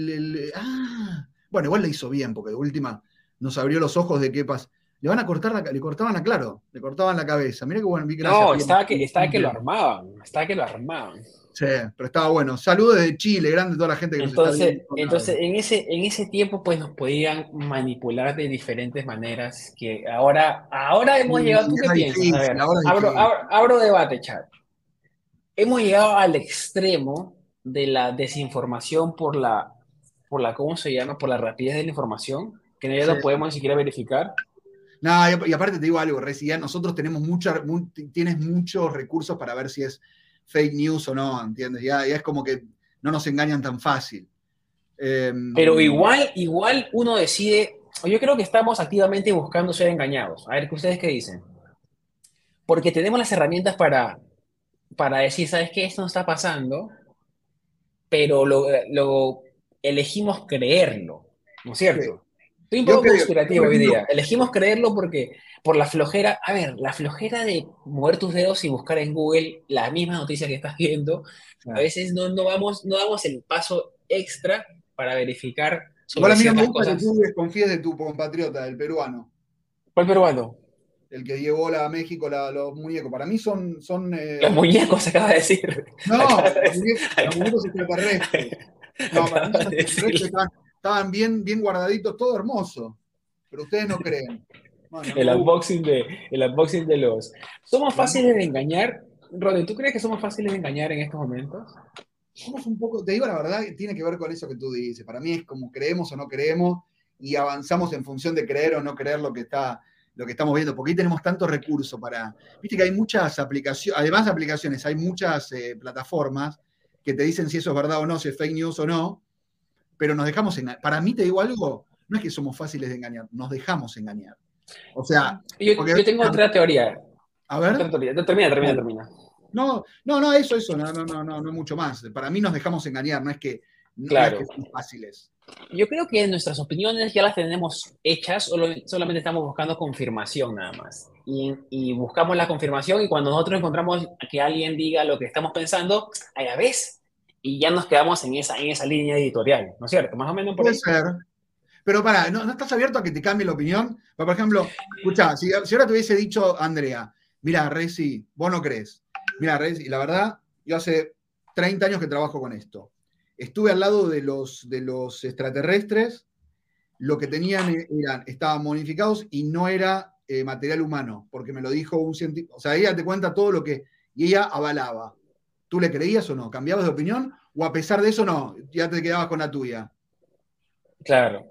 Ah, bueno, igual le hizo bien, porque de última nos abrió los ojos de qué pasa. Le van a cortar le cortaban a Claro, le cortaban la cabeza. Mira qué bueno, gracias, No, Piero. estaba que lo armaban, estaba que lo armaban. Sí, pero estaba bueno. Saludos desde Chile, grande toda la gente que nos está viendo. Entonces en ese tiempo pues nos podían manipular de diferentes maneras que ahora hemos llegado, ¿tú qué Era piensas? A difícil, ver, ahora es difícil. abro debate, chat. Hemos llegado al extremo de la desinformación por la, ¿cómo se llama? Por la rapidez de la información, que ya Sí. no podemos ni siquiera verificar. No, y aparte te digo algo, Reci, ya nosotros tenemos tienes muchos recursos para ver si es fake news o no, ¿entiendes? Ya es como que no nos engañan tan fácil. Pero igual uno decide, yo creo que estamos activamente buscando ser engañados. A ver, ¿ustedes qué dicen? Porque tenemos las herramientas para decir, ¿sabes qué? Esto no está pasando, pero lo elegimos creerlo, ¿no es Sí. cierto? Estoy un Yo poco creo, yo, conspirativo por hoy ejemplo, día. Elegimos creerlo porque por la flojera, a ver, la flojera de mover tus dedos y buscar en Google la misma noticia que estás viendo, a veces no damos el paso extra para verificar igual sobre a mí no me ciertas gusta que cosas. tú desconfíes de tu compatriota, el peruano, ¿Cuál peruano? el que llevó a México los muñecos. Para mí son Los muñecos, acaba de decir. Acaba no, de los muñecos extraterrestres. No, para acaba mí esos de extraterrestres decir. estaban bien guardaditos, todo hermoso. Pero ustedes no creen. Bueno, no me El gusta. unboxing el unboxing de los. ¿Somos El fáciles hermoso. de engañar? Rodri, ¿tú crees que somos fáciles de engañar en estos momentos? Somos un poco, te digo la verdad, tiene que ver con eso que tú dices. Para mí es como creemos o no creemos y avanzamos en función de creer o no creer lo que estamos viendo, porque ahí tenemos tantos recursos para. Viste que hay muchas aplicaciones, además de aplicaciones, hay muchas plataformas que te dicen si eso es verdad o no, si es fake news o no, pero nos dejamos engañar. Para mí, te digo algo, no es que somos fáciles de engañar, nos dejamos engañar. O sea, porque, Yo tengo otra teoría. a ver, Termina. no, eso, no mucho más. Para mí nos dejamos engañar, no es que Claro. son fáciles. Yo creo que nuestras opiniones ya las tenemos hechas, solamente estamos buscando confirmación nada más. Y buscamos la confirmación y cuando nosotros encontramos que alguien diga lo que estamos pensando, ya ves, y ya nos quedamos en esa línea editorial, ¿no es cierto? Más o menos por Puede ahí. ser. Pero ¿no estás abierto a que te cambie la opinión? Por ejemplo, escuchá, si ahora te hubiese dicho Andrea, mira, Reci, vos no crees. Mira, Reci, la verdad, yo hace 30 años que trabajo con esto. Estuve al lado de los extraterrestres lo que tenían estaban modificados y no era material humano, porque me lo dijo un científico. O sea, ella te cuenta todo lo que... Y ella avalaba. ¿Tú le creías o no? ¿Cambiabas de opinión? ¿O a pesar de eso no? Ya te quedabas con la tuya. Claro.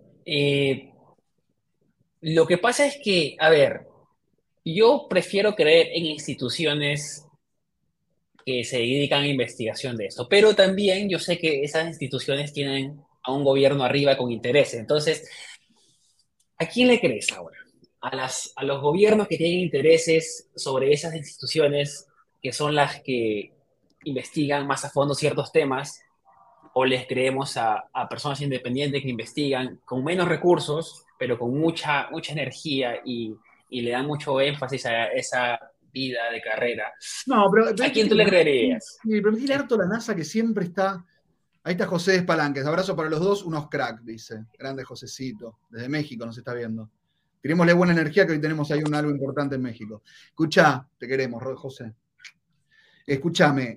Lo que pasa es que, a ver, yo prefiero creer en instituciones que se dedican a investigación de esto, pero también yo sé que esas instituciones tienen a un gobierno arriba con intereses. Entonces, ¿a quién le crees ahora? A los gobiernos que tienen intereses sobre esas instituciones que son las que investigan más a fondo ciertos temas, o les creemos a personas independientes que investigan con menos recursos, pero con mucha energía y le dan mucho énfasis a esa vida de carrera? No, pero ¿A quién viste tú que le creerías? sí, pero me tiene harto la NASA que siempre está. Ahí está José Despalanques. Abrazo para los dos, unos crack, dice. Grande Josecito. Desde México nos está viendo. Tirémosle buena energía que hoy tenemos ahí algo importante en México. Escuchá, te queremos, José. Escúchame.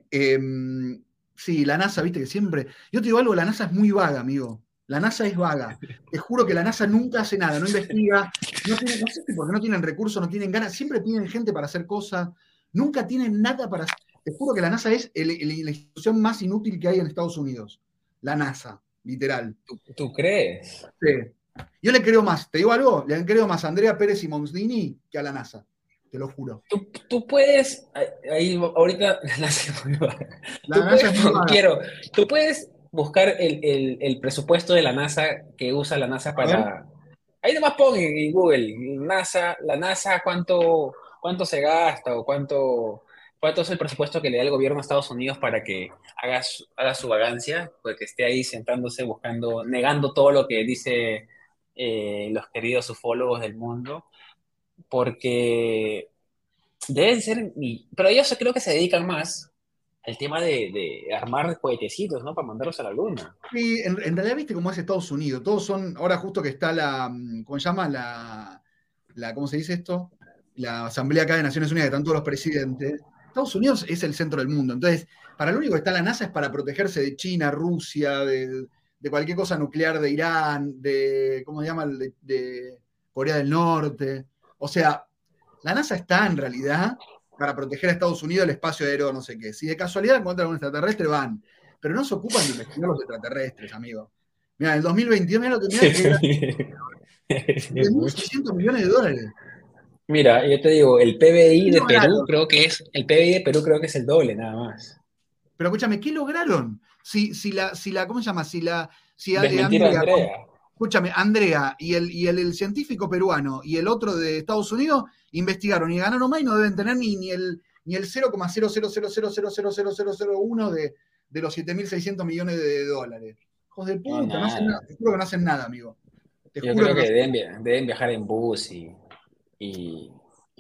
Sí, la NASA, viste que siempre. Yo te digo algo, la NASA es muy vaga, amigo. La NASA es vaga. Te juro que la NASA nunca hace nada, no investiga, no sé si porque no tienen recursos, no tienen ganas, siempre tienen gente para hacer cosas, nunca tienen nada para hacer. Te juro que la NASA es la institución más inútil que hay en Estados Unidos. La NASA, literal. ¿Tú crees? Sí. Yo le creo más, te digo algo, le creo más a Andrea Pérez y Monsdini que a la NASA. Te lo juro. Tú puedes, ahí ahorita, La NASA es muy vaga. tú puedes buscar el presupuesto de la NASA que usa la NASA A ver. para... Ahí nomás pon en Google, la NASA cuánto se gasta o cuánto es el presupuesto que le da el gobierno de Estados Unidos para que haga su vagancia, porque esté ahí sentándose buscando, negando todo lo que dice los queridos ufólogos del mundo, porque deben ser, pero ellos creo que se dedican más al tema de armar cohetecitos, ¿no? Para mandarlos a la luna. Sí, en realidad viste cómo es Estados Unidos. Todos son, ahora justo que está ¿cómo se llama? ¿Cómo se dice esto? La Asamblea acá de Naciones Unidas, que están todos los presidentes. Estados Unidos es el centro del mundo. Entonces, para lo único que está la NASA es para protegerse de China, Rusia, de cualquier cosa nuclear de Irán, ¿cómo se llama? De Corea del Norte. O sea, la NASA está en realidad para proteger a Estados Unidos el espacio aéreo, no sé qué. Si de casualidad encuentran un extraterrestre, van. Pero no se ocupan de investigar los extraterrestres, amigo. Mira, en el 2022, mira lo que era $7.600 millones. Mira, yo te digo, el PBI ¿Qué de Perú lograron? el PBI de Perú creo que es el doble, nada más. Pero escúchame, ¿qué lograron? ¿Cómo se llama? Desmentir a Andrea, Andrea. escúchame, Andrea y el científico peruano y el otro de Estados Unidos investigaron y ganaron más y no deben tener ni el 0,000000001 de los 7.600 millones de dólares. Hijos de No, puta, no hacen nada. nada. Te juro que no hacen nada, amigo. Te Yo juro que creo no que hacen nada. deben viajar en bus y...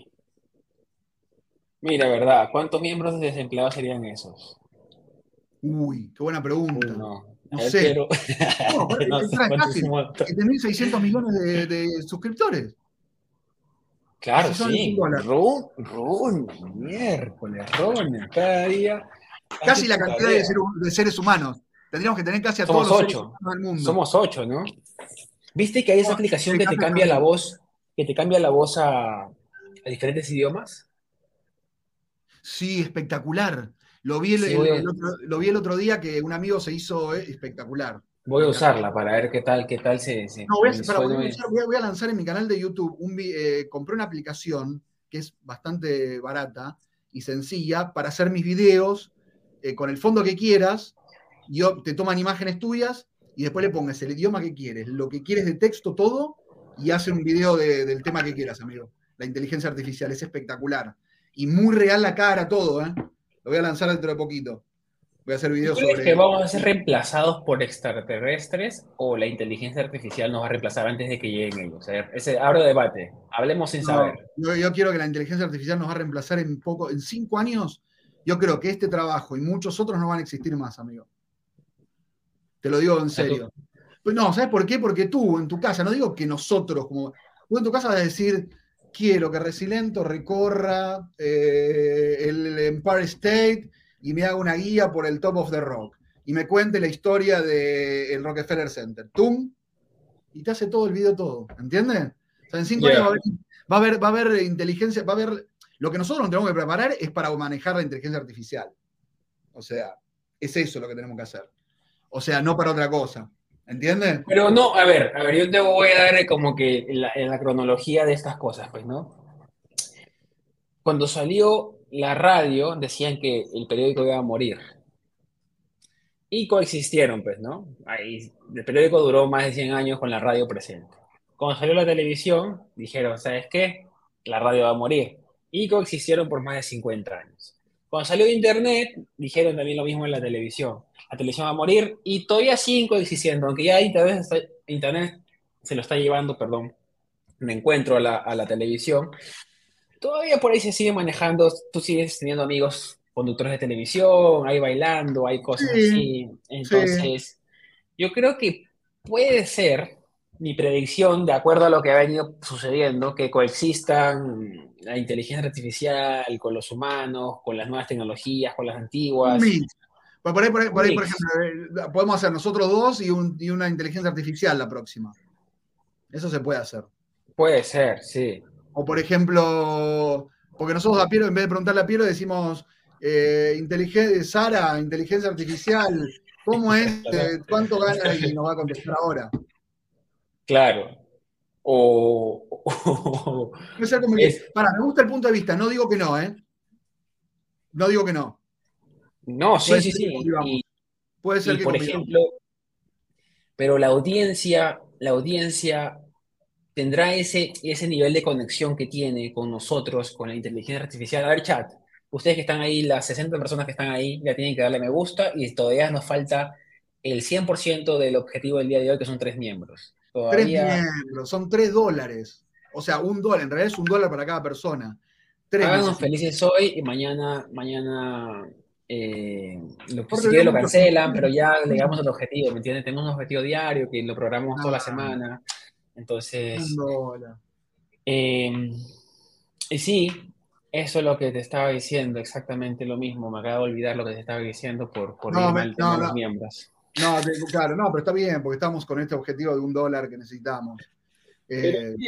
Mira, ¿verdad? ¿Cuántos miembros desempleados serían esos? Uy, qué buena Uy, pregunta. no. No sé. Pero... No, no es sé cuántos fácil. 7.600 millones de suscriptores. Claro, Así son en sí. $1. Miércoles, Ron, cada día hace Casi la su cantidad tarea. de seres humanos. Tendríamos que tener casi a todos Somos los seres 8. humanos del mundo. Somos 8, ¿no? ¿Viste que hay esa aplicación Sí, que te casi cambia la 9. voz, a diferentes idiomas? Sí, espectacular. Lo vi Sí, lo vi el otro día que un amigo se hizo espectacular. voy a Espectacular. usarla para ver qué tal No, me suena. voy a lanzar en mi canal de YouTube. Compré una aplicación que es bastante barata y sencilla para hacer mis videos con el fondo que quieras. Te toman imágenes tuyas y después le pongas el idioma que quieres, lo que quieres de texto, todo, y hace un video del tema que quieras, amigo. La inteligencia artificial es espectacular. Y muy real la cara, todo, ¿eh? Lo voy a lanzar dentro de poquito. Voy a hacer ¿Tú videos crees que sobre... vamos a ser reemplazados por extraterrestres o la inteligencia artificial nos va a reemplazar antes de que lleguen ellos? O sea, abro debate. Hablemos sin No, saber. yo quiero que la inteligencia artificial nos va a reemplazar en 5 años. Yo creo que este trabajo y muchos otros no van a existir más, amigo. Te lo digo en O sea, serio. Pues no, ¿sabes por qué? Porque tú en tu casa, no digo que nosotros, como tú en tu casa vas a decir, quiero que Resilento recorra el Empire State y me haga una guía por el Top of the Rock y me cuente la historia del Rockefeller Center. ¿Tú? y te hace todo el video todo, ¿entiendes? O sea, en 5 años va a haber inteligencia, va a haber... Lo que nosotros nos tenemos que preparar es para manejar la inteligencia artificial. O sea, es eso lo que tenemos que hacer. O sea, no para otra cosa. ¿Entiendes? Pero no, a ver, yo te voy a dar como que la cronología de estas cosas, pues, ¿no? Cuando salió la radio, decían que el periódico iba a morir. Y coexistieron, pues, ¿no? Ahí, el periódico duró más de 100 años con la radio presente. Cuando salió la televisión, dijeron, ¿sabes qué? La radio va a morir. Y coexistieron por más de 50 años. Cuando salió Internet, dijeron también lo mismo en la televisión. La televisión va a morir y todavía siguen coexistiendo, aunque ya Internet se lo está llevando, perdón, me encuentro a la televisión. Todavía por ahí se sigue manejando, tú sigues teniendo amigos conductores de televisión, hay bailando, hay cosas Sí, así. sí. Entonces, yo creo que puede ser mi predicción, de acuerdo a lo que ha venido sucediendo, que coexistan la inteligencia artificial con los humanos, con las nuevas tecnologías, con las Un antiguas. mix. Por ahí, Un por mix. ejemplo, podemos hacer nosotros dos y una inteligencia artificial la próxima. Eso se puede hacer. Puede ser, sí. O por ejemplo, porque nosotros a Piero, en vez de preguntarle a Piero, decimos, Sara, inteligencia artificial, ¿cómo es? ¿Cuánto gana? Y nos va a contestar ahora. Claro. O Puede ser como que, me gusta el punto de vista, no digo que no, ¿eh? No digo que no. no, sí, Puede sí, ser que sí. convivamos. Puede ser Y que por convivamos. ejemplo, pero la audiencia tendrá ese nivel de conexión que tiene con nosotros, con la inteligencia artificial. A ver, chat, ustedes que están ahí, las 60 personas que están ahí, ya tienen que darle me gusta y todavía nos falta el 100% del objetivo del día de hoy, que son 3 miembros. 3 Todavía miembros, son $3. O sea, $1, en realidad es $1 para cada persona. 3 háganos necesitan. felices hoy y mañana si quieren lo Mucho. cancelan, pero ya le damos el objetivo, ¿me entienden? Tenemos un objetivo diario que lo programamos toda la Ah, semana. Entonces, $1. eh, y sí, eso es lo que te estaba diciendo, exactamente lo mismo. Me acabo de olvidar lo que te estaba diciendo por No, irme al tema de los miembros. no, claro, no, pero está bien, porque estamos con este objetivo de $1 que necesitamos. Pero, Eh,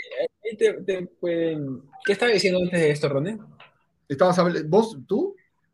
¿qué estaba diciendo antes de esto, Roné? ¿Estabas hablando, vos, tú?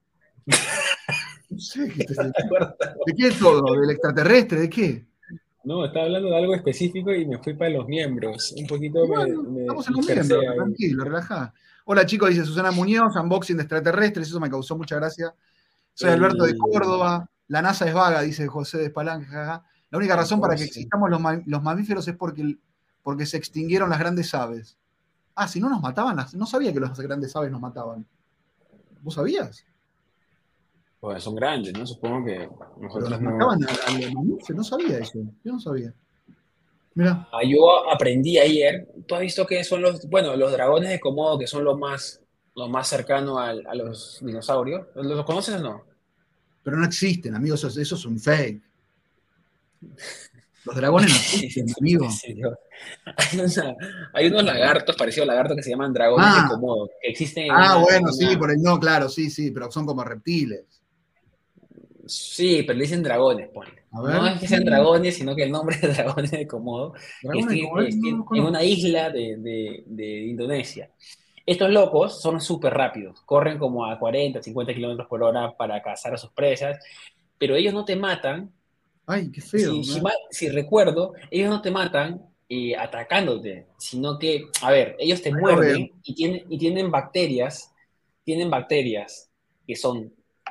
No sé, ¿Te acuerdas? ¿de qué todo? ¿Del extraterrestre? ¿De qué? No, estaba hablando de algo específico y me fui para los miembros. Un poquito Bueno, me estamos en los dispersé miembros, ahí. tranquilo, relajá. Hola chicos, dice Susana Muñoz, unboxing de extraterrestres, eso me causó mucha gracia. Soy Alberto de Córdoba, la NASA es vaga, dice José de Espalanca. Jaja. La única razón para que existamos los mamíferos es porque se extinguieron las grandes aves. Ah, si no nos mataban, no sabía que las grandes aves nos mataban. ¿Vos sabías? Pues son grandes, ¿no? Supongo que Pero nosotros nos no. mataban a los mamíferos, no sabía eso. Yo no sabía. Mira. Yo aprendí ayer, tú has visto que son los dragones de Komodo, que son lo más cercano a los dinosaurios. ¿Los conoces o no? Pero no existen, amigos, eso es un fake. Los dragones no existen, amigo. Hay unos lagartos parecidos a lagartos que se llaman dragones de Ah, Komodo, que existen en bueno, sí, por el no, claro, sí, pero son como reptiles. Sí, pero le dicen dragones, ponle. A No ver. es que sean dragones, sino que el nombre de dragones de Komodo, que Dragones, estén, como ves, no los en conozco. una isla de Indonesia. Estos locos son súper rápidos, corren como a 40, 50 kilómetros por hora para cazar a sus presas, pero ellos no te matan. Ay, qué feo. Si recuerdo, ellos no te matan atacándote, sino que, a ver, ellos te Ahí lo veo. muerden y tienen bacterias que son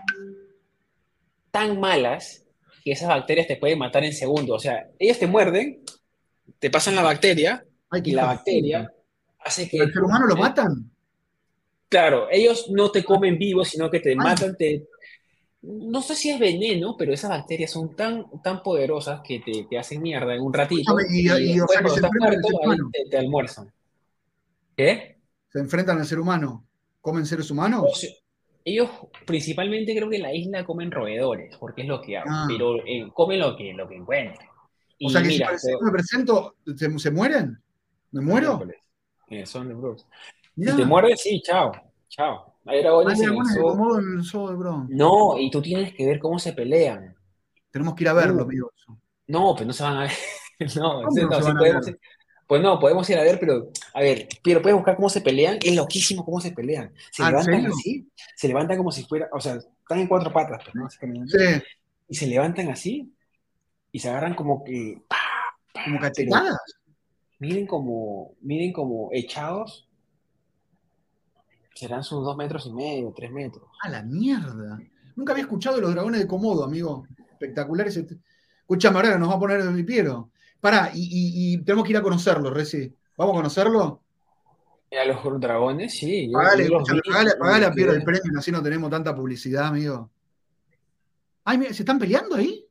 tan malas que esas bacterias te pueden matar en segundos. O sea, ellos te muerden, te pasan la bacteria Ay, qué y la hijo de puta. bacteria hace ¿Pero el que, ser humano lo matan? claro, ellos no te comen vivo, sino que te Ay, matan, no sé si es veneno, pero esas bacterias son tan poderosas que te hacen mierda en un escúchame, ratito y o después sea que cuando se estás enfrentan al muerto, ser ahí humano. te almuerzan. ¿Qué? Se enfrentan al ser humano. ¿Comen seres O humanos? sea, ellos principalmente creo que en la isla comen roedores, porque es lo que hay, Ah. pero comen lo que encuentren. O sea Y que mira, si yo me presento, ¿se mueren? ¿Me muero? miércoles, son de Brooks. Si te Mirá, muerdes, sí, chao, chao. Hay hay dragones en el dragones de zoo. Komodo en el zoo de Bronx. No, y tú tienes que ver cómo se pelean. Tenemos que ir a verlo, Uh, amigo. no, pues no se van a ver. No, ¿Cómo no no, se sí van a ver? podemos ir. Pues no, podemos ir a ver, pero, a ver, pero puedes buscar cómo se pelean. Es loquísimo cómo se pelean. Se Ah, ¿en levantan serio? así, se levantan como si fuera, o sea, están en cuatro patas, pues, ¿no? Así Sí, caminando. Y se levantan así y se agarran como que, ¡pa! como Pero cachetadas. miren como echados, serán sus 2,5 metros, 3 metros. A la mierda. Nunca había escuchado de los dragones de Komodo, amigo. Espectaculares. Escuchame, ahora nos va a poner el piero. Pará, y tenemos que ir a conocerlo, Reci. ¿Vamos a conocerlo? A los dragones, sí, Pagale, yo los vi escúchame, pagale y a Piero el quedé. premio, así no tenemos tanta publicidad, amigo. Ay, mira, ¿se están peleando ahí?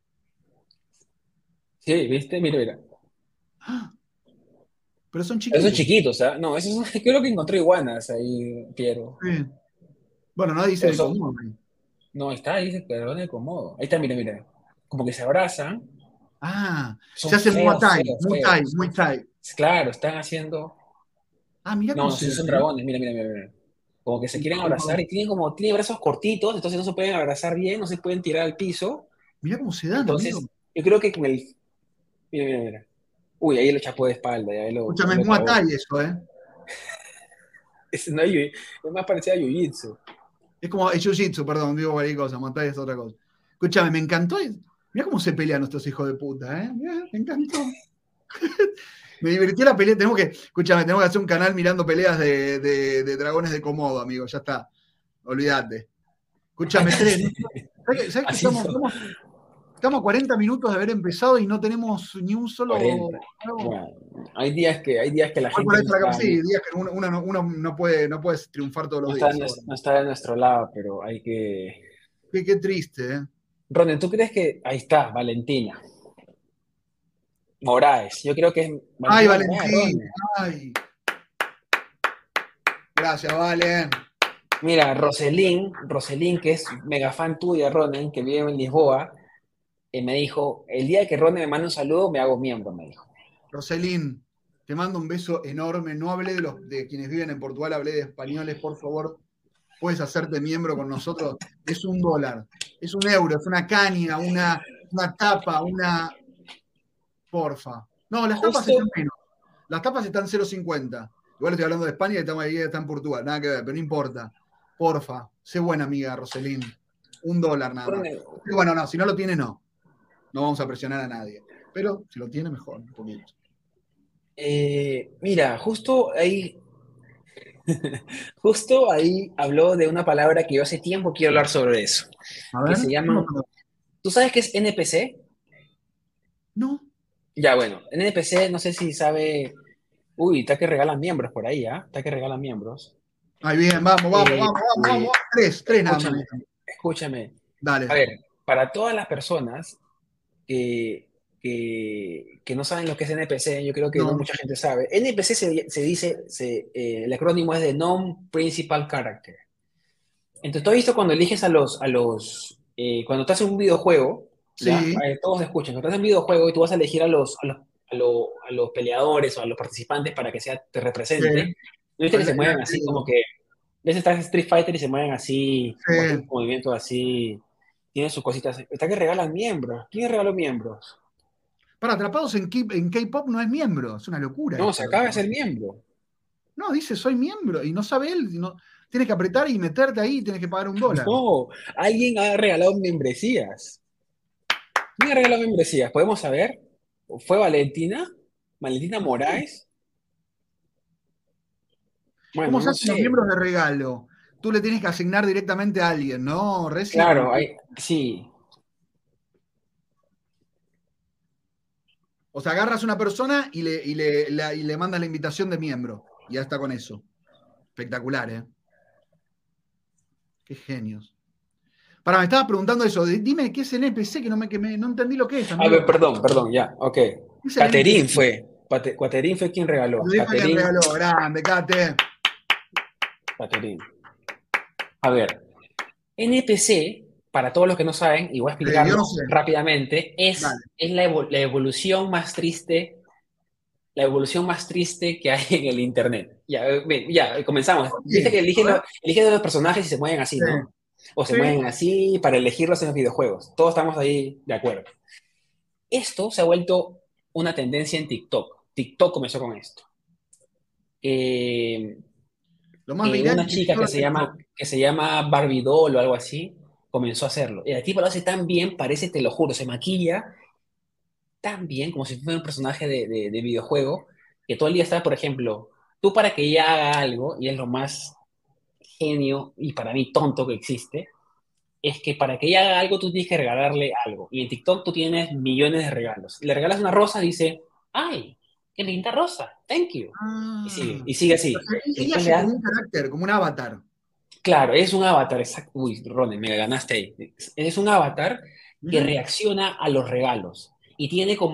Sí, ¿viste? Mira, mira. Ah, pero son Esos son chiquitos. chiquitos, ¿ah? No, esos son, creo que encontré iguanas ahí, Piero. Sí. Bueno, no dice Pero de son, Komodo. no, está ahí, dice que dragones de Komodo. Ahí está, mira, mira. Como que se abrazan. Ah, se Son hace Muay feos, Thai, feos, Muay Thai, feos. Muay Thai. Claro, están haciendo. Ah, mira No, cómo no se sé si son dan, ¿eh? dragones, mira, mira, mira, mira. Como que se quieren No, abrazar y tienen brazos cortitos, entonces no se pueden abrazar bien, no se pueden tirar al piso. mira cómo se dan, amigo. Entonces, yo creo que con el. Mira, mira, mira. Uy, ahí lo chapó de espalda, ahí Escúchame, es lo Muay trabó. Thai eso, ¿eh? No es más parecido a Jiu-Jitsu. Es como el Jiu-Jitsu, perdón, digo cualquier cosa, Muay Thai es otra cosa. Escúchame, me encantó. Mira cómo se pelean nuestros hijos de puta, ¿eh? Mirá, me encantó. Me divirtió la pelea. Escúchame, tenemos que hacer un canal mirando peleas de dragones de Komodo, amigo. Ya está. Olvídate. Escúchame, tres. ¿Sabes que Así estamos a 40 minutos de haber empezado y no tenemos ni un solo 40. juego? Bueno, hay días que la Igual por gente ahí para acá, sí, días que uno no puede triunfar todos los días ahora. no está de nuestro lado, pero hay que. Qué triste, ¿eh? Ronen, ¿tú crees que ahí está, Valentina Moraes? Yo creo que es Ay, Valentina Moraes, Valentín. Ronen. Ay. Gracias, Valen. Mira, Roselín, que es mega fan tuya, Ronen, que vive en Lisboa, me dijo, el día que Ronen me manda un saludo, me hago miembro, me dijo. Roselín, te mando un beso enorme. No hablé de quienes viven en Portugal, hablé de españoles, por favor. Puedes hacerte miembro con nosotros. Es $1, es €1, es una caña, una tapa, porfa. No, las tapas Justo, están menos. Las tapas están 0,50. Igual estoy hablando de España y estamos ahí, está en Portugal. Nada que ver, pero no importa. Porfa, sé buena amiga, Roselín. $1 nada más. Ronen, Y bueno, no, si no lo tiene, no. No vamos a presionar a nadie. Pero si lo tiene, mejor, un poquito. mira, justo ahí habló de una palabra que yo hace tiempo quiero hablar sobre eso, A que ver, se llaman, ¿tú sabes qué es NPC? no. Ya, bueno, NPC, no sé si sabe, uy, está que regalan miembros por ahí, ¿ah? Está que regalan miembros. Ahí bien, vamos, vamos, Eh, vamos, vamos, eh, vamos. Tres nada más. escúchame. A Dale. ver, para todas las personas que no saben lo que es NPC, yo creo que no No. mucha gente sabe. NPC se dice, el acrónimo es de Non-Principal Character. Entonces, tú has visto cuando eliges cuando estás en un videojuego, ¿ya? Sí, Todos escuchan, cuando estás en un videojuego y tú vas a elegir a los peleadores o a los participantes para que te sí. represente, ¿no viste que se mueven así como que, ves estás en Street Fighter y se mueven así, como hacen un Sí. movimiento así, tienen sus cositas, está que regalan miembros, ¿quién regaló miembros? Para Atrapados en K-pop no es miembro. Es una locura No, se esto. acaba de ser miembro. No, dice soy miembro y no sabe él. No, tienes que apretar y meterte ahí y tienes que pagar $1. No, alguien ha regalado membresías. ¿Quién ha regalado membresías? ¿Podemos saber? ¿Fue Valentina? ¿Valentina Moraes? ¿Cómo Bueno, se no hacen los sé. miembros de regalo? Tú le tienes que asignar directamente a alguien, ¿no, Reci? Como Claro, sí. o sea, agarras una persona y le mandas la invitación de miembro. Y ya está con eso. Espectacular, ¿eh? Qué genios. Para, me estabas preguntando eso. Dime qué es el NPC, no entendí lo que es, A ver, amigo. perdón, ya, ok. ¿Qué es el Caterín NPC? fue. Caterín fue quien regaló. Lo dijo quien Caterín, regaló. Grande, Cate. Caterín. A ver, NPC, para todos los que no saben, y voy a Yo explicarlo no sé. rápidamente, Dale. es la evolución más triste, la evolución más triste que hay en el Internet. Ya, ya, comenzamos. ¿Por Viste qué? que A ver. eligen los personajes y se mueven así, Sí. ¿no? O se Sí. mueven así para elegirlos en los videojuegos. Todos estamos ahí de acuerdo. Esto se ha vuelto una tendencia en TikTok. TikTok comenzó con esto. Lo más viral Una que chica todo TikTok. que se llama Barbie Doll o algo así, comenzó a hacerlo. Y la tipa lo hace tan bien, parece, te lo juro, se maquilla tan bien como si fuera un personaje de videojuego, que todo el día está, por ejemplo, tú para que ella haga algo, y es lo más genio y para mí tonto que existe, es que para que ella haga algo tú tienes que regalarle algo. Y en TikTok tú tienes millones de regalos. Le regalas una rosa y dice, ¡ay, qué linda rosa! Thank you. Ah. Y sigue O así. sea, Y ella después le hace das, como un carácter, como un avatar. claro, es un avatar, exacto. Uy, Ronnie, me ganaste ahí. Es un avatar que Mira. reacciona a los regalos y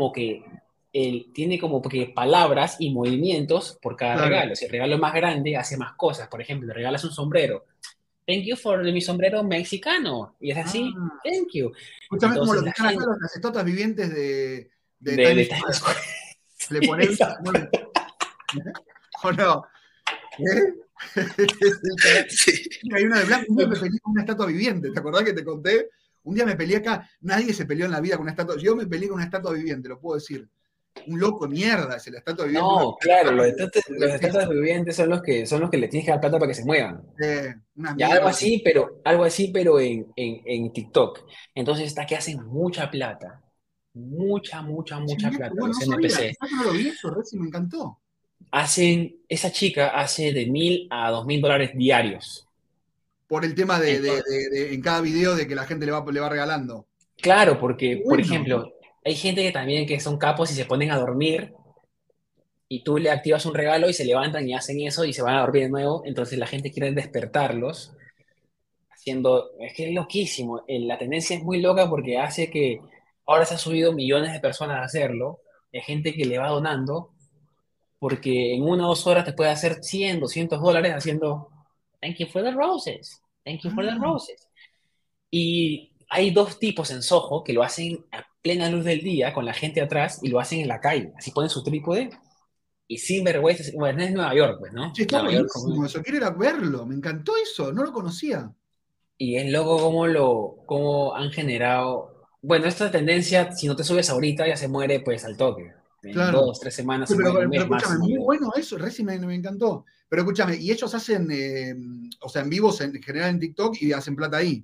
tiene como que palabras y movimientos por cada Claro. regalo. Si el regalo es más grande, hace más cosas. Por ejemplo, le regalas un sombrero. Thank you for mi sombrero mexicano. Y es así, Ah. thank you. Escúchame, es como Entonces lo que la están acá gente las estatuas vivientes de de Times Times Square. Square. Le Sí, pones y se exacto. mueve. ¿O no? ¿Eh? Sí. Hay una de blanco. Un día me peleé con una estatua viviente. ¿Te acordás que te conté? Un día me peleé acá. Nadie se peleó en la vida con una estatua. Yo me peleé con una estatua viviente, lo puedo decir. Un loco de mierda es la estatua viviente. No, claro, los Una, estatuas vivientes son los que le tienes que dar plata para que se muevan. una Ya mierda. algo así, pero en TikTok. Entonces está que hacen mucha plata. Che, Mucha mirá qué plata, bueno, los no sabía. NPC. Quizás no lo vi eso, Reci, me encantó. Esa chica hace de $1.000 a $2.000 diarios. Por el tema Entonces, en cada video de que la gente le va regalando. claro, Qué porque, por bueno. ejemplo, hay gente que también que son capos y se ponen a dormir y tú le activas un regalo y se levantan y hacen eso y se van a dormir de nuevo. Entonces la gente quiere despertarlos haciendo, es que es loquísimo. La tendencia es muy loca porque hace que ahora se han subido millones de personas a hacerlo, de gente que le va donando, porque en 1 o 2 horas te puede hacer $100, $200 haciendo Thank you for the roses, thank you for the Ah, roses. Y hay dos tipos en Soho que lo hacen a plena luz del día con la gente atrás y lo hacen en la calle. Así ponen su trípode y sin vergüenza. Bueno, es Nueva York, pues, ¿no? che, está Nueva York. buenísimo eso. Quiero ir a verlo. Me encantó eso. No lo conocía. Y es loco cómo han generado. Bueno, esta tendencia, si no te subes ahorita, ya se muere pues al toque. En Claro. 2, 3 semanas Sí, se muere, en un pero mes escúchame, máximo, muy creo. bueno eso. Reci me encantó. Pero escúchame, y ellos hacen, o sea, en vivos en general en TikTok y hacen plata ahí.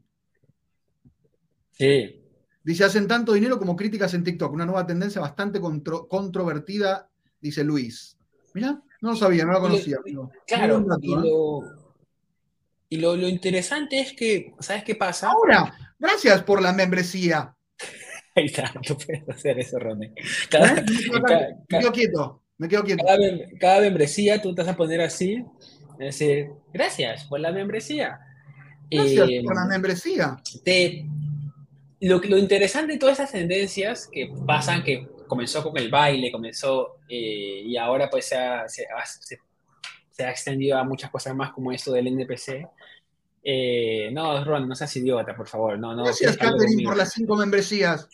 Sí. Dice, hacen tanto dinero como críticas en TikTok. Una nueva tendencia bastante controvertida, dice Luis. Mirá, no lo sabía, no la Y lo- conocía, amigo. Muy buen claro, dato, ¿eh? lo interesante es que, ¿sabes qué pasa? Ahora, gracias por la membresía. Ahí está, tú puedes hacer eso, Ronnie. ¿Eh? Cada, Yo me quedo en acá, ca- me quedo ca- quieto, me quedo quieto. cada membresía tú te vas a poner así, es decir, gracias por la membresía. Gracias Eh, por la membresía. te, lo interesante de todas esas tendencias que pasan, que comenzó con el baile, y ahora pues se ha extendido a muchas cosas más como esto del NPC. No, Ron, no seas idiota, por favor, no Gracias, quieres que hable Catherine, por conmigo. las 5 membresías.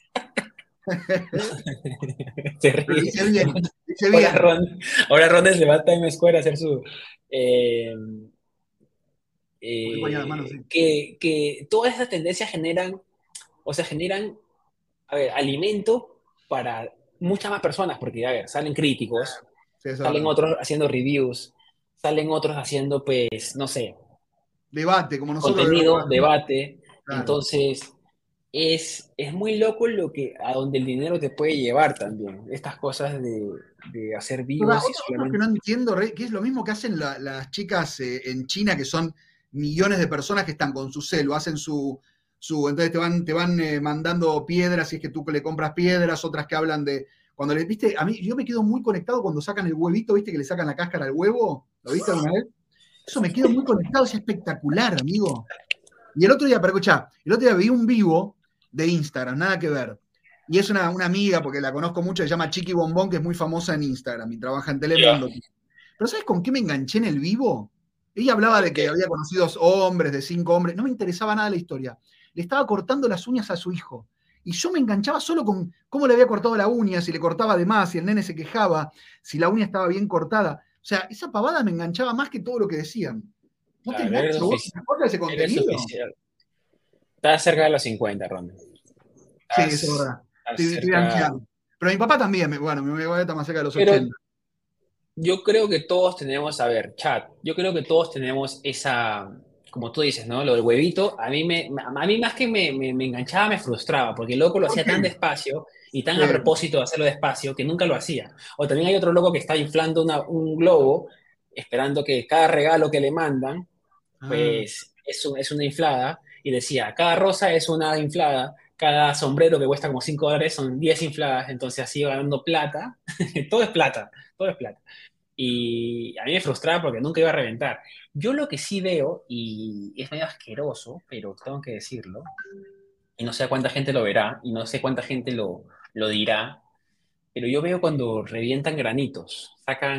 Se Pero ríe. dice bien, dice Ahora bien. Ron, ahora Ron se va a Times Square a hacer su... eh, Estoy poniendo las manos, sí. que todas esas tendencias generan, a ver, alimento para muchas más personas, porque, a ver, salen críticos, Sí, eso es salen verdad. otros haciendo reviews, salen otros haciendo, pues, no sé, Debate, como nosotros lo contenido, hacemos. debate. Claro. Entonces, es muy loco a donde el dinero te puede llevar también. Estas cosas de hacer Ahora, vivos y otro que solamente... no entiendo, que es lo mismo que hacen las chicas en China, que son millones de personas que están con su celu, hacen entonces te van mandando piedras, si es que tú le compras piedras, otras que hablan de, cuando le, viste, a mí, yo me quedo muy conectado cuando sacan el huevito, viste, que le sacan la cáscara al huevo, ¿lo viste alguna vez? Eso me quedo muy conectado, es espectacular, amigo. Y el otro día, pero escuchá, el otro día vi un vivo de Instagram, nada que ver. Y es una amiga, porque la conozco mucho, se llama Chiqui Bombón, que es muy famosa en Instagram y trabaja en Ya. Telemundo. Pero ¿sabes con qué me enganché en el vivo? Ella hablaba de ¿Con que qué? había conocido hombres, de 5 hombres. No me interesaba nada la historia. Le estaba cortando las uñas a su hijo. Y yo me enganchaba solo con cómo le había cortado la uña, si le cortaba de más, si el nene se quejaba, si la uña estaba bien cortada. O sea, esa pavada me enganchaba más que todo lo que decían. ¿No te Claro, engancha vos? ¿Te acuerdas de ese eres contenido? oficial. Estás cerca de los 50, Ron. Sí, eso es Estás, verdad. estás Estoy cerca. anciano. Pero mi papá también, bueno, mi papá está más cerca de los Pero 80. yo creo que todos tenemos, a ver, chat, yo creo que todos tenemos esa, como tú dices, ¿no? Lo del huevito, a mí más que me enganchaba, me frustraba, porque el loco lo ¿Por hacía qué? tan despacio y tan a Sí. propósito de hacerlo despacio que nunca lo hacía. O también hay otro loco que está inflando un globo, esperando que cada regalo que le mandan, Ah, pues es una inflada, y decía, cada rosa es una inflada, cada sombrero que cuesta como $5 son 10 infladas, entonces así va ganando plata, todo es plata, todo es plata. Y a mí me frustraba porque nunca iba a reventar. Yo lo que sí veo, y es medio asqueroso, pero tengo que decirlo, y no sé a cuánta gente lo verá, y no sé cuánta gente lo dirá, pero yo veo cuando revientan granitos,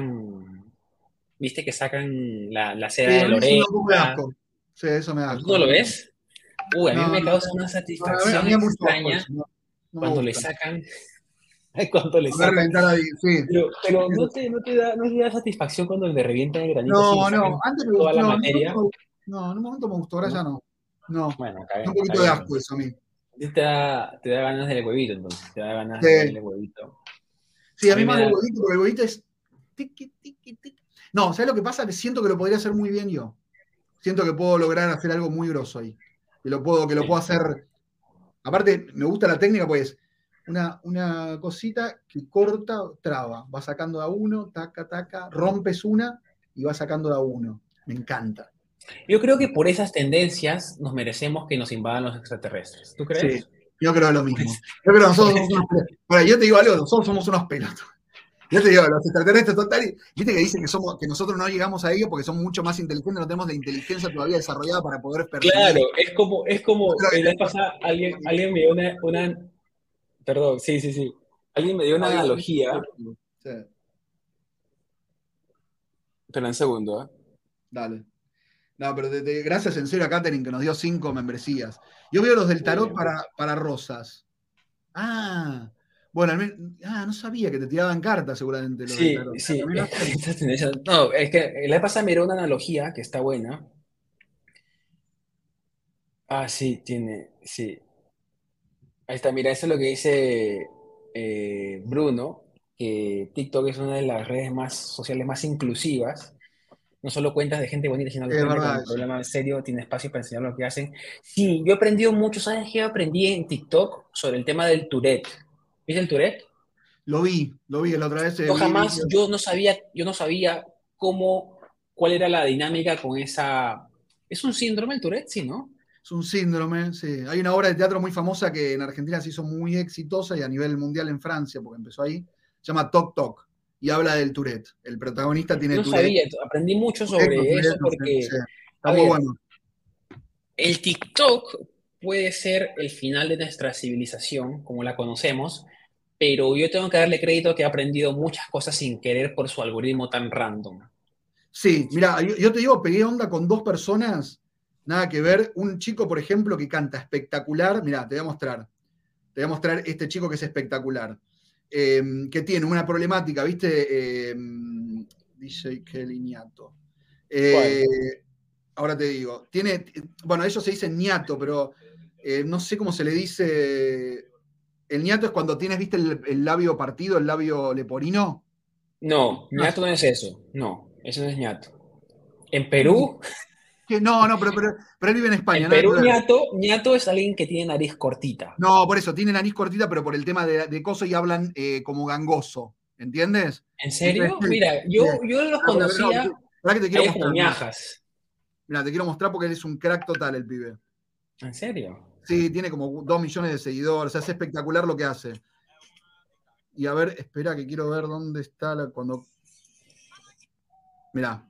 viste que sacan la sí, seda a de la mí eso me da un poco de oreja. asco. Sí, eso me da ¿Tú asco, no lo no. ves? Uy, a mí No, me no, causa una a satisfacción mí da mucho asco extraña eso, no, no me cuando le gusta. sacan, cuando le A ver, sacan. reventar ahí, sí. Pero no te da satisfacción cuando le revientan el granito así, le No, no, sacan antes me toda gustó, la no, materia, en un momento me gustó, ahora ya ¿no? no. No, Bueno, da un está poquito de bien, asco entonces. eso a mí. Te da ganas del huevito, entonces. Te da ganas de Sí, darle huevito. sí, a A mí mí me más el da. huevito, porque el huevito es tiqui, tiqui, tiqui. No, ¿sabes lo que pasa? Que siento que lo podría hacer muy bien yo. Siento que puedo lograr hacer algo muy grosso ahí. Que lo puedo Sí. hacer. Aparte, me gusta la técnica, pues, una cosita que corta, traba. Va sacando a uno, taca, taca, rompes una y va sacando a uno. Me encanta. Yo creo que por esas tendencias nos merecemos que nos invadan los extraterrestres. ¿Tú Sí, crees? yo creo lo Pues, mismo. Yo creo que nosotros pues, somos unos pelotos. Bueno, yo te digo algo, nosotros somos unos pelotos. Yo te digo, los extraterrestres total, viste que dicen que nosotros no llegamos a ellos porque somos mucho más inteligentes, no tenemos la inteligencia todavía desarrollada para poder claro, percibir. es Yo como, creo que la vez tenemos pasada alguien me dio perdón, sí, sí, sí. Alguien me dio una no, digo, analogía, sí, pero en segundo, ¿eh? dale. No, pero gracias en serio a Katherine que nos dio 5 membresías. Yo veo los del tarot Sí. para rosas. Ah, bueno, no sabía que te tiraban cartas seguramente los del Sí, tarot. sí, También es que hacen. no, es que la vez pasada miré una analogía que está buena. Ah, sí, sí. Ahí está, mira, eso es lo que dice Bruno, que TikTok es una de las redes más sociales más inclusivas. No solo cuentas de gente bonita, sino que Es gente con verdad un eso. problema serio tiene espacio para enseñar lo que hacen. Sí, yo he aprendido mucho. ¿Sabes qué aprendí en TikTok sobre el tema del Tourette? ¿Viste el Tourette? Lo vi, la otra vez vi vídeos. Yo no sabía cuál era la dinámica con esa. ¿Es un síndrome el Tourette? Sí, ¿no? Es un síndrome, sí. Hay una obra de teatro muy famosa que en Argentina se hizo muy exitosa y a nivel mundial en Francia, porque empezó ahí. Se llama Toc Toc y habla del Tourette. El protagonista tiene No Tourette. sabía, aprendí mucho Tourette o sobre eso Tourette, no sé. Sí. porque, Está a muy ver, bueno. el TikTok puede ser el final de nuestra civilización, como la conocemos, pero yo tengo que darle crédito que he aprendido muchas cosas sin querer por su algoritmo tan random. Sí, mira, yo te digo, pegué onda con 2 personas, nada que ver. Un chico, por ejemplo, que canta espectacular. Mira, te voy a mostrar. Te voy a mostrar este chico que es espectacular. Que tiene una problemática, ¿viste? DJ Kelly Niato. ¿Cuál? Eh, ahora te digo. Bueno, ellos se dicen niato, pero no sé cómo se le dice. El niato es cuando tienes, ¿viste? El labio partido, el labio leporino. No, Ah, ñato no es eso. No, eso no es ñato. En sí. Perú, No, no, pero él vive en España, en nada que Perú ver. ñato es alguien que tiene nariz cortita. No, por eso, tiene nariz cortita, pero por el tema de coso y hablan como gangoso. ¿Entiendes? ¿En Entonces, serio? Mira, sí. yo los No, conocía ahora que te a quiero ellos como mostrar, mira. ñajas. Mira, te quiero mostrar porque él es un crack total, el pibe. ¿En serio? Sí, tiene como 2 millones de seguidores, o sea, es espectacular lo que hace. Y a ver, espera que quiero ver dónde está cuando. Mirá.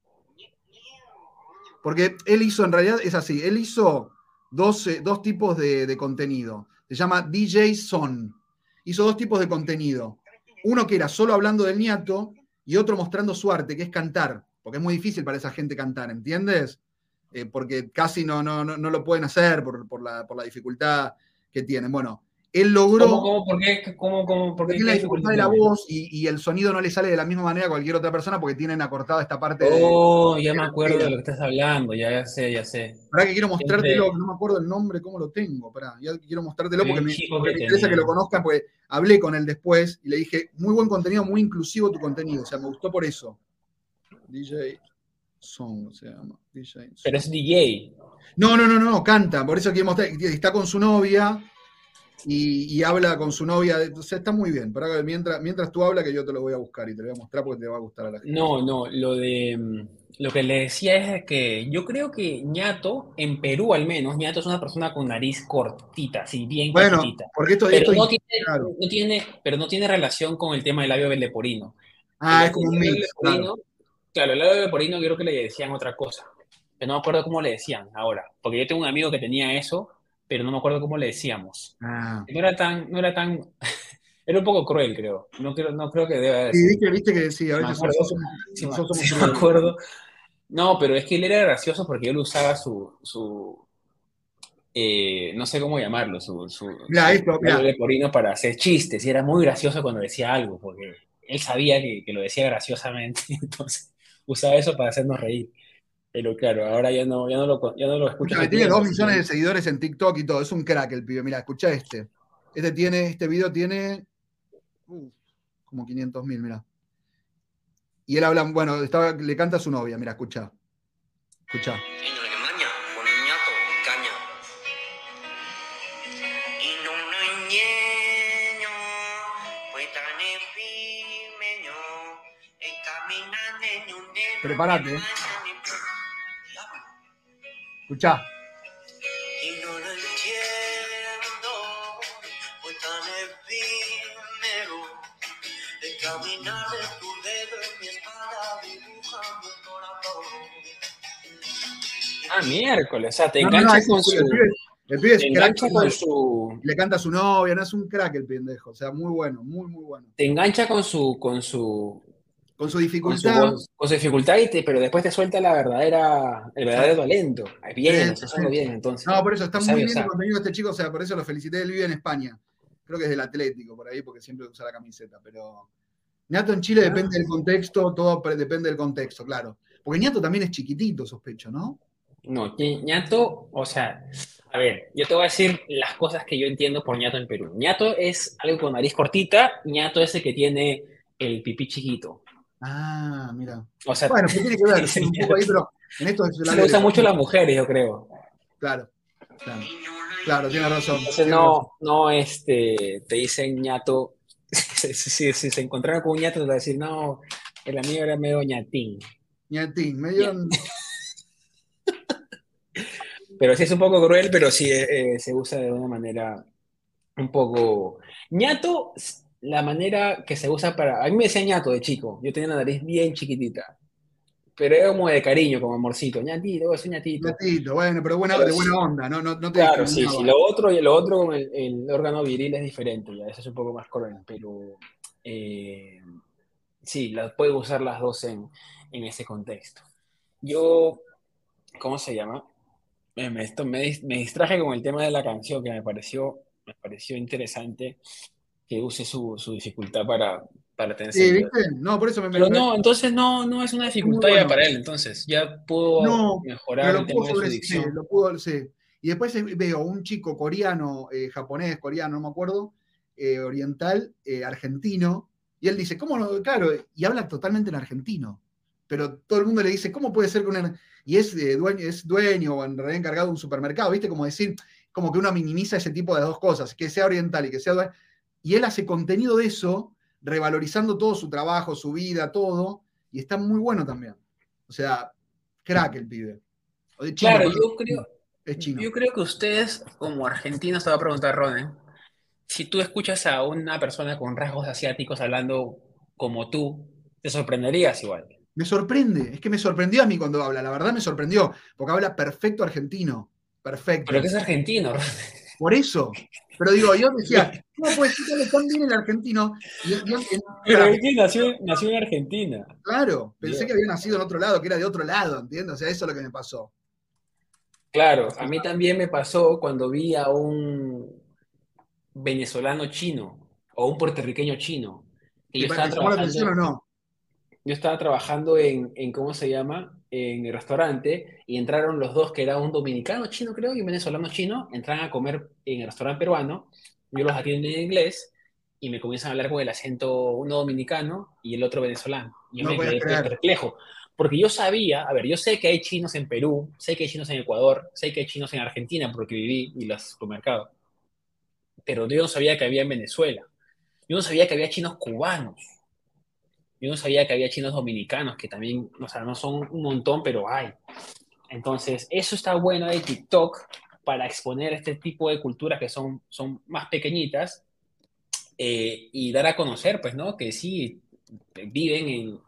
Porque él hizo, en realidad es así, él hizo dos tipos de contenido. Se llama DJ Son. Hizo 2 tipos de contenido. Uno que era solo hablando del niato y otro mostrando su arte, que es cantar. Porque es muy difícil para esa gente cantar, ¿entiendes? Porque casi no lo pueden hacer por la dificultad que tienen. Bueno, él logró, por porque qué? tiene la ¿Qué dificultad dificultad de la tiene? voz y el sonido no le sale de la misma manera a cualquier otra persona porque tienen acortada esta parte Oh, ya de me la acuerdo de pera. lo que estás hablando, ya sé, ya sé. Ahora que quiero mostrártelo, Siempre, no me acuerdo el nombre, cómo lo tengo. Pará, ya quiero mostrártelo había un chico porque que me interesa que tenía. lo conozcan, porque hablé con él después y le dije, muy buen contenido, muy inclusivo tu contenido. O sea, me gustó por eso. DJ Song se llama. DJ Pero Song. es DJ. No, canta. Por eso quiero mostrar. Está con su novia y habla con su novia. O sea, está muy bien. Pará, mientras tú hablas, que yo te lo voy a buscar y te lo voy a mostrar porque te va a gustar a la gente. No, lo que le decía es que yo creo que Ñato, en Perú al menos, Ñato es una persona con nariz cortita, así bien Bueno, chiquitita. porque Pero esto, no tiene, claro. pero no tiene relación con el tema del labio leporino. Ah, es El como un labio mix, claro. leporino, claro, el labio leporino yo creo que le decían otra cosa. Pero no me acuerdo cómo le decían ahora. Porque yo tengo un amigo que tenía eso, pero no me acuerdo cómo le decíamos. Ah. No era tan, era un poco cruel, creo. No creo que deba haber Sí, sido. viste que sí, a Si me veces acuerdo, nosotros somos si me crueles. acuerdo. No, pero es que él era gracioso porque él usaba no sé cómo llamarlo, su labio Mirá, leporino para hacer chistes. Y era muy gracioso cuando decía algo, porque él sabía que lo decía graciosamente. Entonces usaba eso para hacernos reír. Pero claro, ahora ya no lo escucho escúchame, hace tiene tiempo. 2 Así que millones de seguidores en TikTok y todo, es un crack el pibe. Mirá, escuchá este. Este video tiene como 500.000, mirá. Y él habla, bueno, le canta a su novia, mirá, escuchá. Escuchá. Prepárate. Escuchá. Ah, miércoles, o sea, No, el pibe es te crack engancha con total. su, Le canta a su novia, no es un crack el pendejo. O sea, muy bueno, muy bueno. te engancha Con su dificultad. con su dificultad, pero después te suelta el verdadero Exacto. talento. Sí, Bien, está haciendo bien, sí. entonces. No, por eso está Lo muy sabe bien el usar. contenido de este chico, o sea, por eso lo felicité. Él vive en España. Creo que es del Atlético, por ahí, porque siempre usa la camiseta. Pero Ñato en Chile Ah, depende del contexto, todo depende del contexto, claro. Porque Ñato también es chiquitito, sospecho, ¿no? no, ñato, o sea, a ver, yo te voy a decir las cosas que yo entiendo por ñato en Perú. Ñato es algo con nariz cortita, ñato es el que tiene el pipí chiquito. Ah, mira. O sea, Bueno, pues tiene que ver, sí, un sería, poco ahí, pero en esto es el se lo labio usan mucho leporino. las mujeres, yo creo. Claro, claro. Claro, tiene razón, Entonces tiene razón. te dicen ñato. Si se encontraron con un ñato, te va a decir, no, el amigo era medio ñatín. Ñatín, medio. Ya. Pero sí es un poco cruel, pero sí se usa de una manera un poco. ñato, la manera que se usa para. A mí me decía ñato de chico. Yo tenía la nariz bien chiquitita. Pero era como de cariño, como amorcito. ñatito, es un ñatito. Ñatito, bueno, pero Pero de buena onda, no te claro, sí, sí. discriminaba. Lo otro con el órgano viril es diferente, ya. Eso es un poco más cruel, pero. eh, sí, las puedo usar las dos en ese contexto. Yo, ¿cómo se llama? Me distraje con el tema de la canción que me pareció interesante que use su dificultad para tener Sí, seguidores. ¿viste? No, por eso Pero no, entonces no es una es muy dificultad ya bueno. para él, entonces ya pudo No, pero mejorar lo el pudo tema de su sí, dicción. lo pudo, sí. Y después veo un chico coreano, japonés, coreano, no me acuerdo, oriental, argentino, y él dice, ¿cómo no? Claro, y habla totalmente en argentino, pero todo el mundo le dice, ¿cómo puede ser que una... Y es dueño o en realidad encargado de un supermercado, ¿viste? Como decir, como que uno minimiza ese tipo de dos cosas, que sea oriental y que sea dueño. Y él hace contenido de eso, revalorizando todo su trabajo, su vida, todo, y está muy bueno también. O sea, crack el pibe. O de chino, Claro, perdón. Es yo chino. creo que ustedes, como argentinos, te va a preguntar, Ronen, si tú escuchas a una persona con rasgos asiáticos hablando como tú, te sorprenderías igual. Me sorprende, es que me sorprendió a mí cuando habla, la verdad me sorprendió, porque habla perfecto argentino, Pero que perfecto. es argentino, Por eso. Pero digo, yo decía, ¿cómo puede explicarle tan bien el argentino? pero él que nació en Argentina. Claro, pensé Dios. que había nacido en otro lado, que era de otro lado, ¿entiendes? O sea, eso es lo que me pasó. Claro, a mí también me pasó cuando vi a un venezolano chino o un puertorriqueño chino. Que yo ¿Te estaba llamó la atención o trabajando, no? yo estaba trabajando ¿cómo se llama? En el restaurante y entraron los dos, que era un dominicano chino, creo, y un venezolano chino, entran a comer en el restaurante peruano, yo los atiendo en inglés y me comienzan a hablar con el acento, uno dominicano y el otro venezolano. Y yo No me podías quedé pues, creer. perplejo, porque yo sabía, a ver, yo sé que hay chinos en Perú, sé que hay chinos en Ecuador, sé que hay chinos en Argentina porque viví y los supermercados, pero yo no sabía que había en Venezuela. Yo no sabía que había chinos cubanos. Yo no sabía que había chinos dominicanos, que también, o sea, no son un montón, pero hay. Entonces, eso está bueno de TikTok para exponer este tipo de culturas que son más pequeñitas y dar a conocer, pues, ¿no? Que sí viven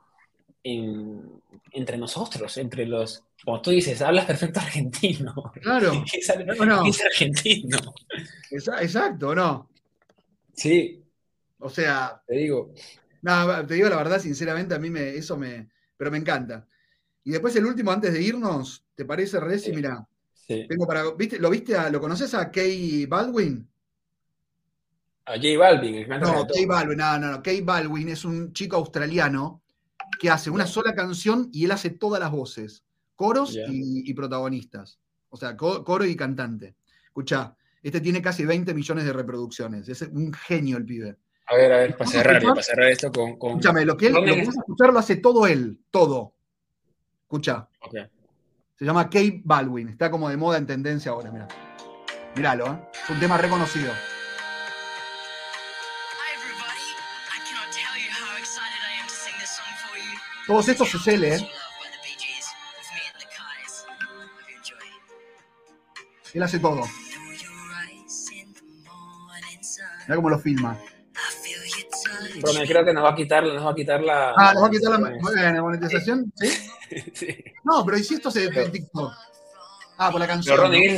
entre nosotros, entre los, como tú dices, hablas perfecto argentino. Claro. ¿Qué No, no. es argentino? Exacto, ¿o no? Sí, O sea, te digo. nada, te digo la verdad, sinceramente, a mí pero me encanta. Y después el último, antes de irnos, ¿te parece, Reci? Sí, Mira, sí. ¿lo conoces a Kay Baldwin? A J Balvin, el canta No, Kay reggaetón. Baldwin, no. Kay Baldwin es un chico australiano que hace una Ya, sola canción y él hace todas las voces, coros ya. y protagonistas. O sea, coro y cantante. Escuchá, este tiene casi 20 millones de reproducciones. Es un genio el pibe. A ver, Lo que vas a escuchar, para cerrar esto escúchame, lo Ronen que vas a escuchar lo hace todo él, todo. Escucha, Ok. se llama Kate Baldwin, está como de moda en tendencia ahora, mira. Míralo, ¿eh? Es un tema reconocido. Todos estos es él, ¿eh? Él hace todo. Mira cómo lo filma. Ronen, creo que nos va a quitar la ¿Nos va a quitar monetización. la monetización? ¿Sí? Sí. No, pero ¿y si esto se de Pero, TikTok? Por la pero canción, ¿no? Ronen,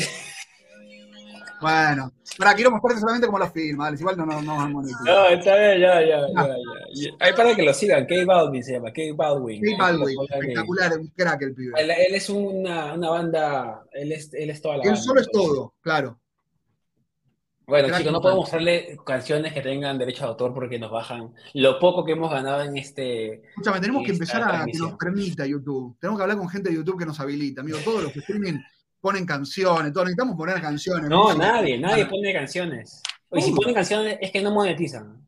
Bueno, quiero mostrarte solamente cómo lo filma, ¿vale? Igual no van a monetizar. no, está bien, Ah, Ahí para que lo sigan, K Balvin se llama, K Balvin. Kate Ahí que lo Baldwin, pongan en... espectacular, un crack el pibe. Él es una banda, él es toda la Él banda, solo es entonces. todo, claro. Bueno, Crack chicos, no total. puedo mostrarle canciones que tengan derecho de autor porque nos bajan lo poco que hemos ganado Escúchame, tenemos en que empezar esta a que nos transmisión. permita YouTube. Tenemos que hablar con gente de YouTube que nos habilita, amigo. Todos los que streaming ponen canciones, todos necesitamos poner canciones, No, música nadie cristiana. pone canciones. Y si ponen Todos. canciones es que no monetizan.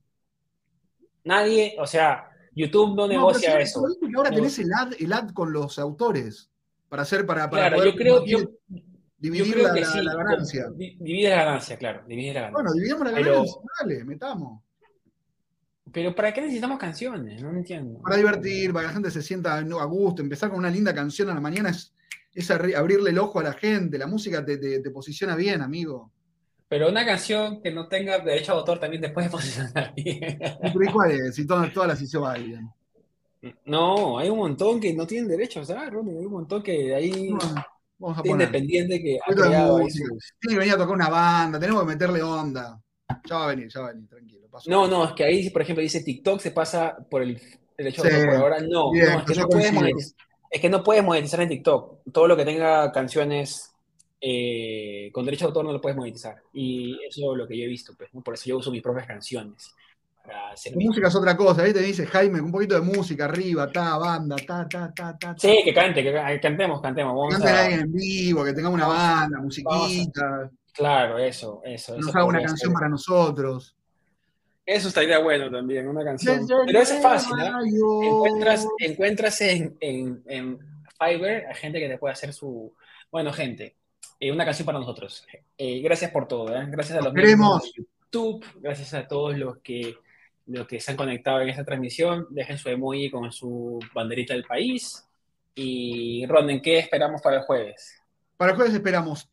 Nadie, o sea, YouTube no No, pero si negocia lo eso. viste que ahora No- tenés el ad con los autores para claro, poder compartir, yo dividir creo que la sí, ganancia. divide la ganancia, claro, divide la Bueno, ganancia. dividamos la ganancia, Pero, dale, metamos. pero ¿para qué necesitamos canciones? No entiendo. Para divertir, para que la gente se sienta a gusto, empezar con una linda canción a la mañana es abrirle el ojo a la gente. La música te posiciona bien, amigo. Pero una canción que no tenga derecho a autor también te puede posicionar bien. ¿Y cuál es? Si todas las hizo alguien. No, hay un montón que no tienen derechos, ¿sabes, Ronnie? Hay un montón que hay Bueno, vamos a gente poner. Un independiente que ha poquito de creado ahí música. sus... Tiene que venir a tocar una banda, tenemos que meterle onda. Ya va a venir, tranquilo, paso a No, paso. no, es que ahí, por ejemplo, dice TikTok se pasa por el derecho Sí, de autor por ahora. No, no, bien, es que yo no puedes coincido. monetizar, es que no puedes monetizar en TikTok. Todo lo que tenga canciones con derecho de autor no lo puedes monetizar. Y eso es lo que yo he visto, pues, ¿no? Por eso yo uso mis propias canciones para hacer Tu mis música es cosas. otra cosa, ahí te dice Jaime, un poquito de música arriba, banda, ta. Sí, que cante, cantemos. Que Vamos canten a, alguien en vivo, que tengamos una vamos, banda, vamos a, musiquita, claro, que nos eso haga una podría canción ser. para nosotros. Eso estaría bueno también, una canción. Pero eso es Desde fácil, ¿no? Nueva York. Encuentras en Fiverr a gente que te puede hacer su... Bueno, gente, una canción para nosotros. Gracias por todo, ¿eh? Gracias a Los los miembros de queremos. YouTube, gracias a todos los que se han conectado en esta transmisión. Dejen su emoji con su banderita del país. Y Ronen, ¿qué esperamos para el jueves? Para el jueves esperamos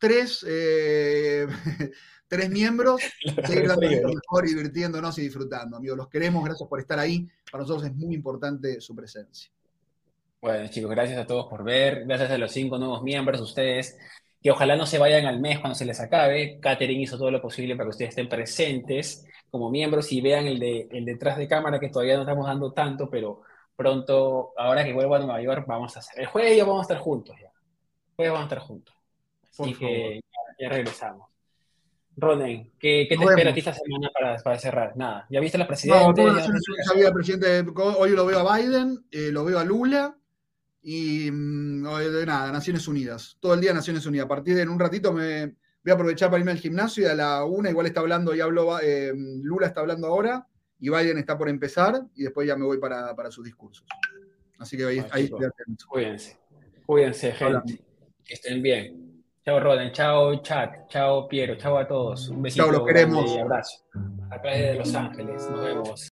tres miembros y seguir dando Frío, lo ¿no? mejor, divirtiéndonos y disfrutando. Amigos, los queremos, gracias por estar ahí. Para nosotros es muy importante su presencia. Bueno, chicos, gracias a todos por ver. Gracias a los 5 nuevos miembros, ustedes, que ojalá no se vayan al mes cuando se les acabe. Catherine hizo todo lo posible para que ustedes estén presentes como miembros y vean el detrás de cámara que todavía no estamos dando tanto, pero pronto, ahora que vuelvo a Nueva York, vamos a hacer. El jueves ya vamos a estar juntos ya. El jueves vamos a estar juntos. Por Así favor. que ya regresamos. Ronen, ¿qué Nos te espera a ti vemos. esta semana para cerrar? Nada, ¿ya viste a los No, presidentes? tuve ¿Ya Naciones viste Unidas, las sabía el cosas? presidente, hoy lo veo a Biden, lo veo a Lula y hoy de nada, Naciones Unidas. Todo el día Naciones Unidas. A partir de en un ratito me voy a aprovechar para irme al gimnasio y a la 1 igual está hablando, ya habló, Lula está hablando ahora y Biden está por empezar y después ya me voy para sus discursos. Así que Bueno, ahí chicos, estoy atento. cuídense, Hablando. gente. Que estén bien. Chao, Ronen. Chao, chat. Chao, Piero. Chao a todos. Un Chao, los besito grande y queremos. abrazo. Acá desde Los Ángeles. Nos vemos.